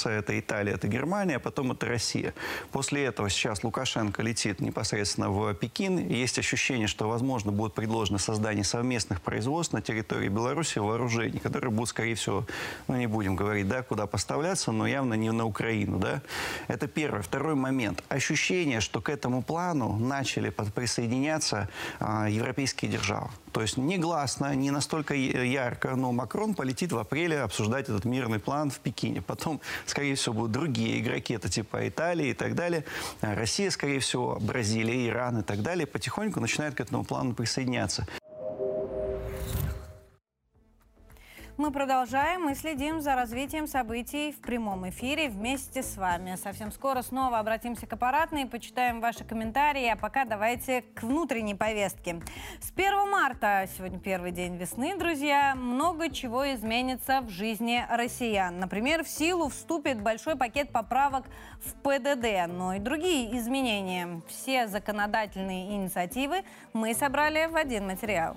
Франция, это Италия, это Германия, а потом это Россия. После этого сейчас Лукашенко летит непосредственно в Пекин. И есть ощущение, что, возможно, будет предложено создание совместных производств на территории Беларуси вооружений, которые будут, скорее всего, ну, не будем говорить, да, куда поставляться, но явно не на Украину, да. Это первое. Второй момент. Ощущение, что к этому плану начали присоединяться европейские державы. То есть негласно, не настолько ярко, но Макрон полетит в апреле обсуждать этот мирный план в Пекине. Потом, скорее всего, будут другие игроки, это типа Италии и так далее. Россия, скорее всего, Бразилия, Иран и так далее, потихоньку начинают к этому плану присоединяться. Мы продолжаем и следим за развитием событий в прямом эфире вместе с вами. Совсем скоро снова обратимся к аппаратной, почитаем ваши комментарии, а пока давайте к внутренней повестке. С 1 марта, сегодня первый день весны, друзья, много чего изменится в жизни россиян. Например, в силу вступит большой пакет поправок в ПДД, но и другие изменения. Все законодательные инициативы мы собрали в один материал.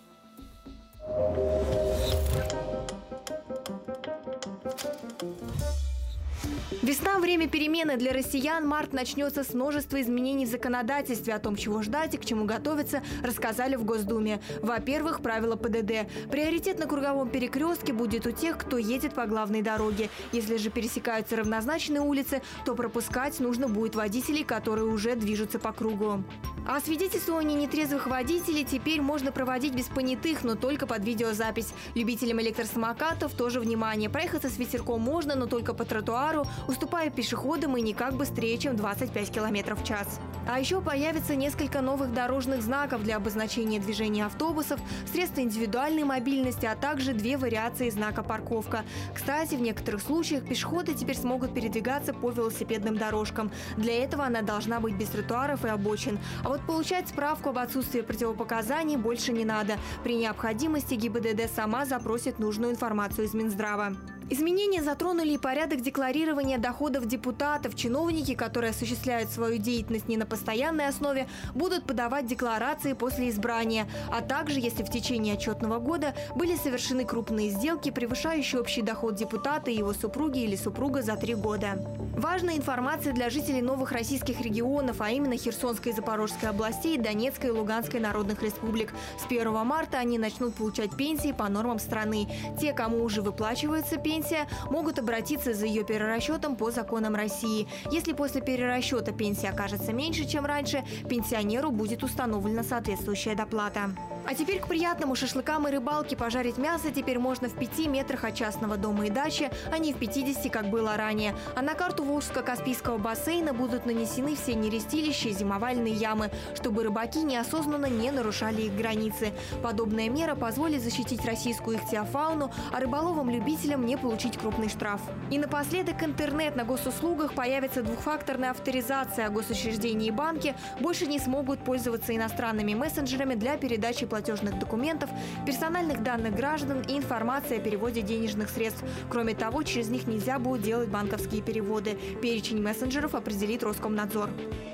Весна – время перемены для россиян. Март начнется с множества изменений в законодательстве. О том, чего ждать и к чему готовиться, рассказали в Госдуме. Во-первых, правила ПДД. Приоритет на круговом перекрестке будет у тех, кто едет по главной дороге. Если же пересекаются равнозначные улицы, то пропускать нужно будет водителей, которые уже движутся по кругу. А свидетельствование нетрезвых водителей теперь можно проводить без понятых, но только под видеозапись. Любителям электросамокатов тоже внимание. Проехаться с ветерком можно, но только по тротуару, уступая пешеходам и никак быстрее, чем 25 км в час. А еще появится несколько новых дорожных знаков для обозначения движения автобусов, средств индивидуальной мобильности, а также 2 вариации знака «Парковка». Кстати, в некоторых случаях пешеходы теперь смогут передвигаться по велосипедным дорожкам. Для этого она должна быть без тротуаров и обочин. А вот получать справку об отсутствии противопоказаний больше не надо. При необходимости ГИБДД сама запросит нужную информацию из Минздрава. Изменения затронули и порядок декларирования доходов депутатов. Чиновники, которые осуществляют свою деятельность не на постоянной основе, будут подавать декларации после избрания. А также, если в течение отчетного года были совершены крупные сделки, превышающие общий доход депутата и его супруги или супруга за 3 года. Важная информация для жителей новых российских регионов, а именно Херсонской и Запорожской областей, Донецкой и Луганской народных республик. С 1 марта они начнут получать пенсии по нормам страны. Те, кому уже выплачивается пенсия, могут обратиться за ее перерасчетом по законам России. Если после перерасчета пенсия окажется меньше, чем раньше, пенсионеру будет установлена соответствующая доплата. А теперь к приятному: шашлыкам и рыбалке. Пожарить мясо теперь можно в 5 метрах от частного дома и дачи, а не в 50, как было ранее. А на карту Волжско-Каспийского бассейна будут нанесены все нерестилища и зимовальные ямы, чтобы рыбаки неосознанно не нарушали их границы. Подобная мера позволит защитить российскую ихтиофауну, а рыболовам-любителям не получить крупный штраф. И напоследок интернет. На госуслугах появится 2-факторная авторизация, а госучреждения и банки больше не смогут пользоваться иностранными мессенджерами для передачи платежных документов, персональных данных граждан и информации о переводе денежных средств. Кроме того, через них нельзя будет делать банковские переводы. Перечень мессенджеров определит Роскомнадзор.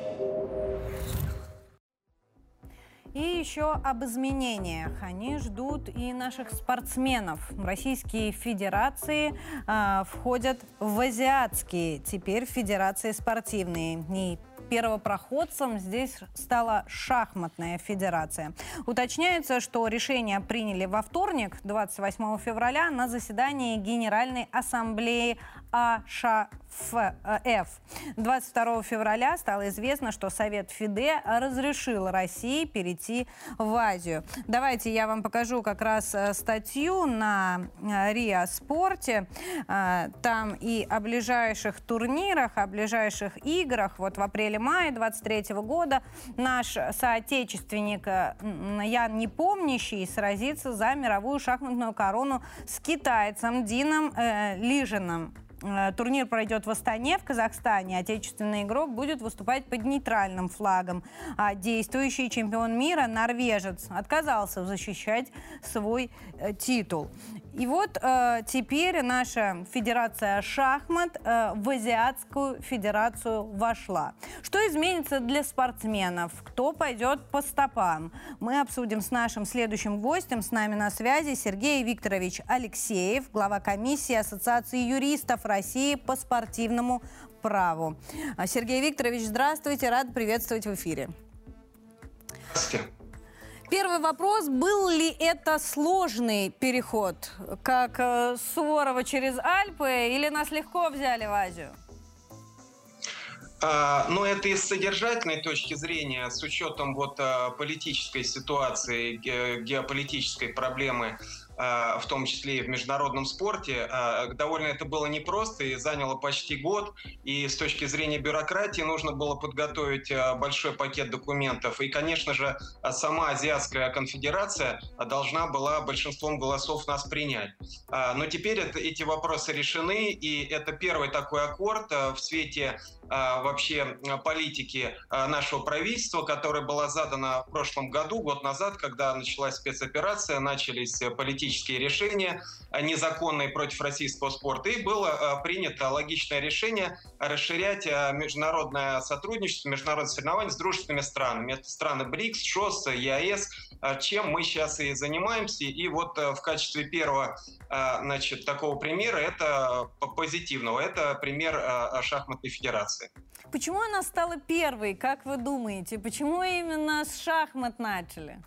И еще об изменениях. Они ждут и наших спортсменов. Российские федерации входят в азиатские, теперь федерации спортивные. И первопроходцем здесь стала шахматная федерация. Уточняется, что решение приняли во вторник, 28 февраля, на заседании Генеральной ассамблеи АШФ. 22 февраля стало известно, что Совет ФИДЕ разрешил России перейти в Азию. Давайте я вам покажу как раз статью на РИА Спорте. Там и о ближайших турнирах, о ближайших играх. Вот в апреле-мае 23 года наш соотечественник Ян Непомнящий сразится за мировую шахматную корону с китайцем Дином Лижиным. Турнир пройдет в Астане, в Казахстане. Отечественный игрок будет выступать под нейтральным флагом. А действующий чемпион мира, норвежец, отказался защищать свой титул. И вот теперь наша Федерация шахмат в Азиатскую Федерацию вошла. Что изменится для спортсменов? Кто пойдет по стопам? Мы обсудим с нашим следующим гостем. С нами на связи Сергей Викторович Алексеев, глава комиссии Ассоциации юристов России по спортивному праву. Сергей Викторович, здравствуйте, рад приветствовать в эфире. Здравствуйте. Первый вопрос. Был ли это сложный переход, как Суворова через Альпы, или нас легко взяли в Азию? Ну, это из содержательной точки зрения, с учетом политической ситуации, геополитической проблемы, в том числе и в международном спорте, довольно это было непросто и заняло почти год. И с точки зрения бюрократии нужно было подготовить большой пакет документов. И, конечно же, сама Азиатская конфедерация должна была большинством голосов нас принять. Но теперь эти вопросы решены, и это первый такой аккорд в свете вообще политики нашего правительства, которая была задана в прошлом году, год назад, когда началась спецоперация, начались политические решения незаконные против российского спорта, и было принято логичное решение расширять международное сотрудничество, международные соревнования с дружественными странами. Это страны БРИКС, ШОС, ЕАЭС, чем мы сейчас и занимаемся. И вот в качестве первого такого примера, это позитивного, это пример шахматной федерации. Почему она стала первой, как вы думаете? Почему именно с шахмат начали?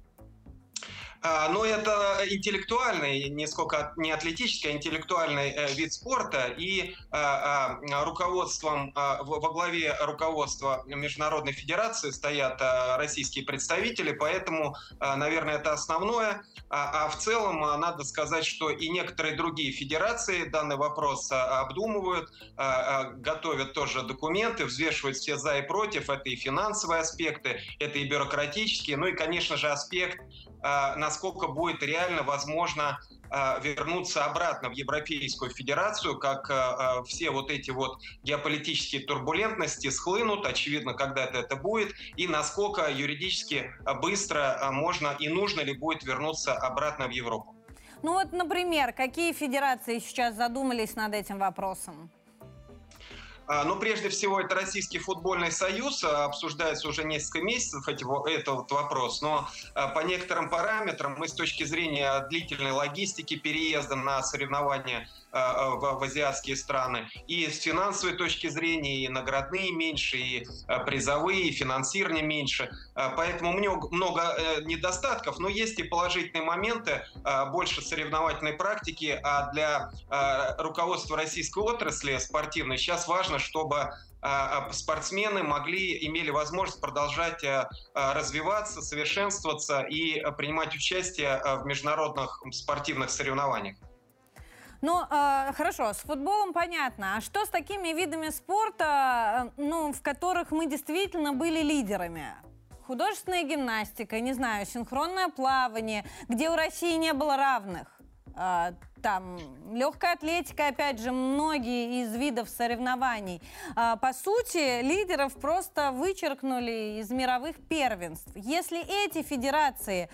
Ну, это интеллектуальный, нисколько не атлетический, а интеллектуальный вид спорта. И руководством, во главе руководства Международной Федерации стоят российские представители, поэтому, наверное, это основное. А в целом, надо сказать, что и некоторые другие федерации данный вопрос обдумывают, готовят тоже документы, взвешивают все за и против. Это и финансовые аспекты, это и бюрократические, ну и, конечно же, аспект, насколько будет реально возможно вернуться обратно в Европейскую Федерацию, как все эти геополитические турбулентности схлынут, очевидно, когда-то это будет, и насколько юридически быстро можно и нужно ли будет вернуться обратно в Европу. Ну вот, например, какие федерации сейчас задумались над этим вопросом? Ну, прежде всего, это Российский футбольный союз. Обсуждается уже несколько месяцев этот вопрос. Но по некоторым параметрам мы с точки зрения длительной логистики переезда на соревнования в азиатские страны, и с финансовой точки зрения и наградные меньше, и призовые, и финансирование меньше. Поэтому много недостатков, но есть и положительные моменты, больше соревновательной практики. А для руководства российской отрасли спортивной сейчас важно, чтобы спортсмены имели возможность продолжать развиваться, совершенствоваться и принимать участие в международных спортивных соревнованиях. Ну, хорошо, с футболом понятно. А что с такими видами спорта, в которых мы действительно были лидерами? Художественная гимнастика, не знаю, синхронное плавание, где у России не было равных. Там легкая атлетика, опять же, многие из видов соревнований. По сути, лидеров просто вычеркнули из мировых первенств. Если эти федерации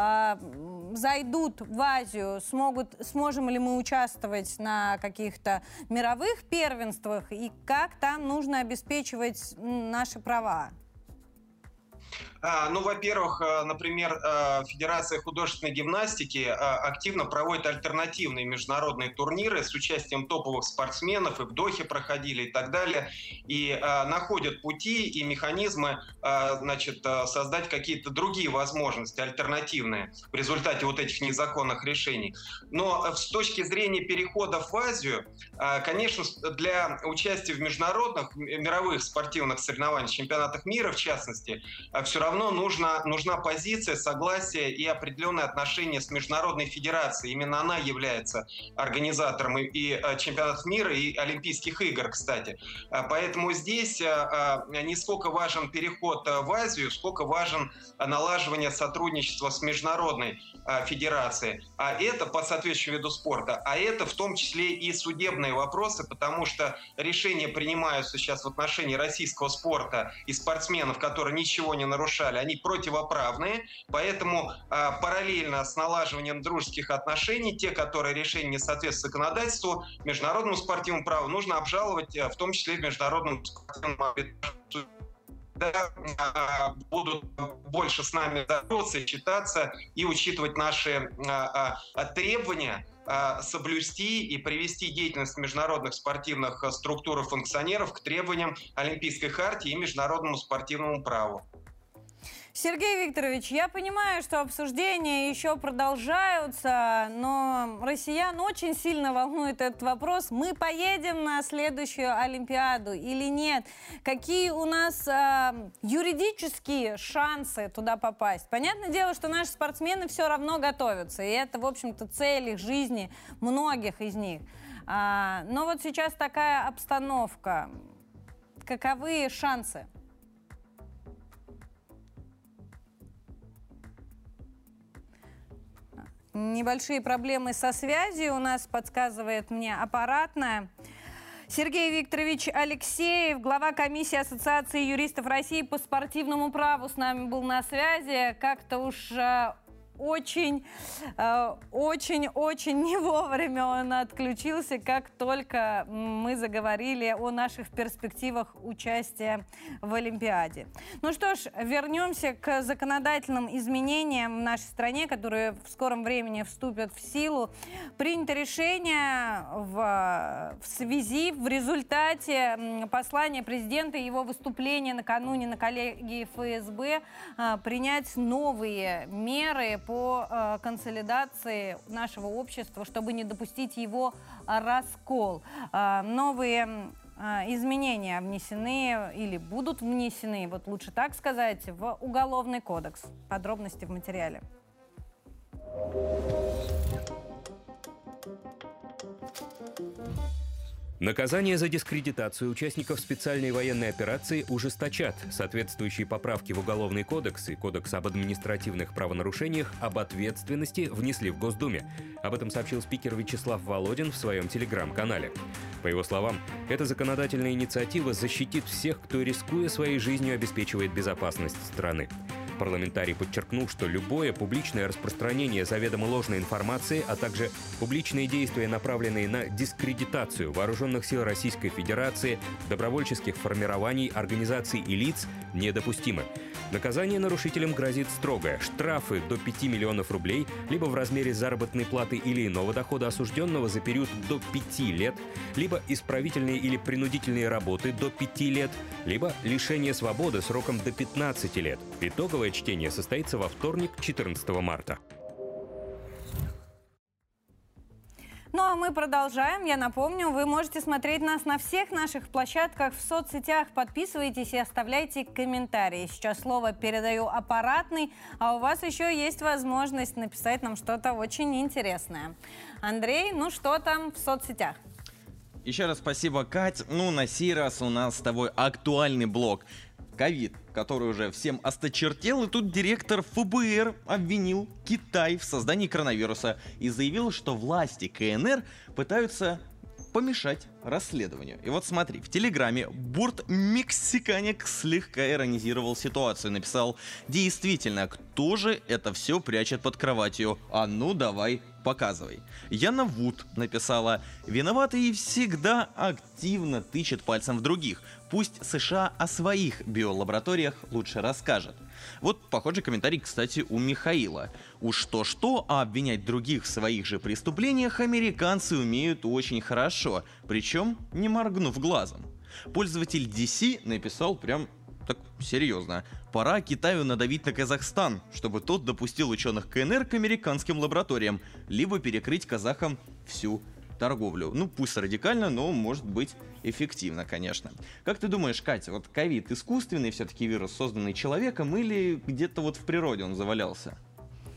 зайдут в Азию, сможем ли мы участвовать на каких-то мировых первенствах, и как там нужно обеспечивать наши права? Ну, во-первых, например, Федерация художественной гимнастики активно проводит альтернативные международные турниры с участием топовых спортсменов, и в Дохе проходили и так далее, и находят пути и механизмы, создать какие-то другие возможности, альтернативные, в результате этих незаконных решений. Но с точки зрения перехода в Азию, конечно, для участия в международных, мировых спортивных соревнованиях, чемпионатах мира, в частности, все равно нужна позиция, согласие и определенные отношения с Международной Федерацией. Именно она является организатором и чемпионатов мира, и Олимпийских игр, кстати. Поэтому здесь не сколько важен переход в Азию, сколько важен налаживание сотрудничества с Международной Федерацией. А это по соответствующему виду спорта. А это в том числе и судебные вопросы, потому что решения принимаются сейчас в отношении российского спорта и спортсменов, которые ничего не нарушают совершали, они противоправные, поэтому параллельно с налаживанием дружеских отношений, те, которые решения не соответствуют законодательству, международному спортивному праву, нужно обжаловать, в том числе в международном спортивном арбитраже. Будут больше с нами здороваться, читаться и учитывать наши требования, соблюсти и привести деятельность международных спортивных структур и функционеров к требованиям Олимпийской хартии и международному спортивному праву. Сергей Викторович, я понимаю, что обсуждения еще продолжаются, но россиян очень сильно волнует этот вопрос. Мы поедем на следующую Олимпиаду или нет? Какие у нас юридические шансы туда попасть? Понятное дело, что наши спортсмены все равно готовятся, и это, в общем-то, цель их жизни, многих из них. Но вот сейчас такая обстановка. Каковы шансы? Небольшие проблемы со связью у нас, подсказывает мне аппаратная. Сергей Викторович Алексеев, глава комиссии Ассоциации юристов России по спортивному праву, с нами был на связи. Как-то уж очень не вовремя он отключился, как только мы заговорили о наших перспективах участия в Олимпиаде. Ну что ж, вернемся к законодательным изменениям в нашей стране, которые в скором времени вступят в силу. Принято решение в результате послания президента и его выступления накануне на коллегии ФСБ принять новые меры по консолидации нашего общества, чтобы не допустить его раскол. Новые изменения внесены или будут внесены, вот лучше так сказать, в Уголовный кодекс. Подробности в материале. Наказание за дискредитацию участников специальной военной операции ужесточат. Соответствующие поправки в Уголовный кодекс и Кодекс об административных правонарушениях об ответственности внесли в Госдуме. Об этом сообщил спикер Вячеслав Володин в своем телеграм-канале. По его словам, эта законодательная инициатива защитит всех, кто, рискуя своей жизнью, обеспечивает безопасность страны. Парламентарий подчеркнул, что любое публичное распространение заведомо ложной информации, а также публичные действия, направленные на дискредитацию вооруженных сил Российской Федерации, добровольческих формирований, организаций и лиц, недопустимы. Наказание нарушителям грозит строгое: штрафы до 5 миллионов рублей, либо в размере заработной платы или иного дохода осужденного за период до 5 лет, либо исправительные или принудительные работы до 5 лет, либо лишение свободы сроком до 15 лет. Итоговое чтение состоится во вторник, 14 марта. Ну а мы продолжаем. Я напомню, вы можете смотреть нас на всех наших площадках в соцсетях. Подписывайтесь и оставляйте комментарии. Сейчас слово передаю аппаратной, а у вас еще есть возможность написать нам что-то очень интересное. Андрей, ну что там в соцсетях? Еще раз спасибо, Кать. Ну, на сей раз у нас с тобой актуальный блог. Ковид, который уже всем осточертел, и тут директор ФБР обвинил Китай в создании коронавируса и заявил, что власти КНР пытаются помешать расследованию. И вот смотри, в Телеграме борт-мексиканец слегка иронизировал ситуацию, написал: действительно, кто же это все прячет под кроватью? А ну давай, показывай. Яна Вуд написала: виноватый всегда активно тычет пальцем в других. Пусть США о своих биолабораториях лучше расскажет. Вот похожий комментарий, кстати, у Михаила. Уж то-что, а обвинять других в своих же преступлениях американцы умеют очень хорошо, причем не моргнув глазом. Пользователь DC написал прям так серьезно: пора Китаю надавить на Казахстан, чтобы тот допустил ученых КНР к американским лабораториям, либо перекрыть казахам всю торговлю. Ну, пусть радикально, но может быть эффективно, конечно. Как ты думаешь, Катя, вот ковид искусственный все-таки вирус, созданный человеком, или где-то вот в природе он завалялся?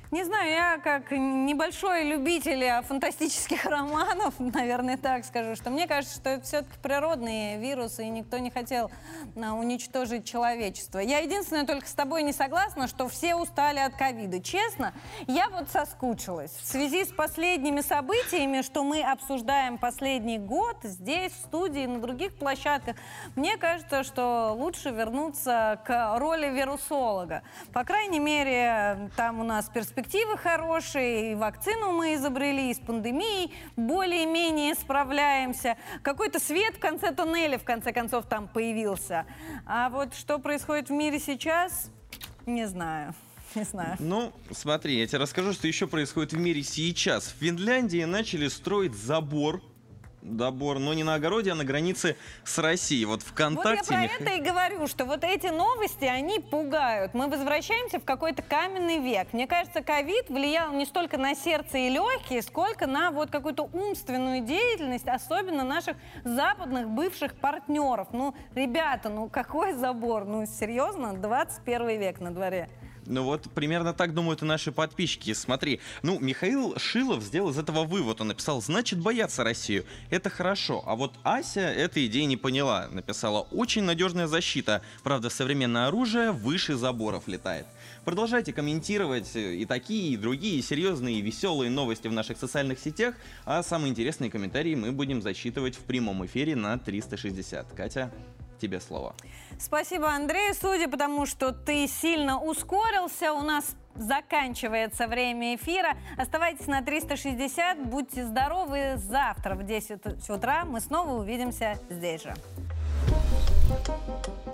Не знаю, я как небольшой любитель фантастических романов, наверное, так скажу, что мне кажется, что это все-таки природный вирус, и никто не хотел уничтожить человечество. Я единственное только с тобой не согласна, что все устали от ковида. Честно, я вот соскучилась. В связи с последними событиями, что мы обсуждаем последний год здесь, в студии, на других площадках, мне кажется, что лучше вернуться к роли вирусолога. По крайней мере, там у нас перспективы хорошие, и вакцину мы изобрели, и с пандемией более-менее справляемся. Какой-то свет в конце туннеля, в конце концов, там появился. А вот что происходит в мире сейчас, не знаю. Не знаю. Ну, смотри, я тебе расскажу, что еще происходит в мире сейчас. В Финляндии начали строить забор, но не на огороде, а на границе с Россией. Вот ВКонтакте... Вот я про это и говорю, что вот эти новости, они пугают. Мы возвращаемся в какой-то каменный век. Мне кажется, ковид влиял не столько на сердце и легкие, сколько на вот какую-то умственную деятельность, особенно наших западных бывших партнеров. Ну, ребята, ну какой забор? Ну, серьезно, 21 век на дворе. Ну вот, примерно так думают и наши подписчики. Смотри, ну, Михаил Шилов сделал из этого вывод. Он написал: значит, боятся Россию. Это хорошо. А вот Ася этой идеи не поняла. Написала: очень надежная защита. Правда, современное оружие выше заборов летает. Продолжайте комментировать и такие, и другие серьезные и веселые новости в наших социальных сетях. А самые интересные комментарии мы будем зачитывать в прямом эфире на 360. Катя, тебе слово. Спасибо, Андрей. Судя по тому, что ты сильно ускорился, у нас заканчивается время эфира. Оставайтесь на 360. Будьте здоровы. Завтра в 10 утра мы снова увидимся здесь же.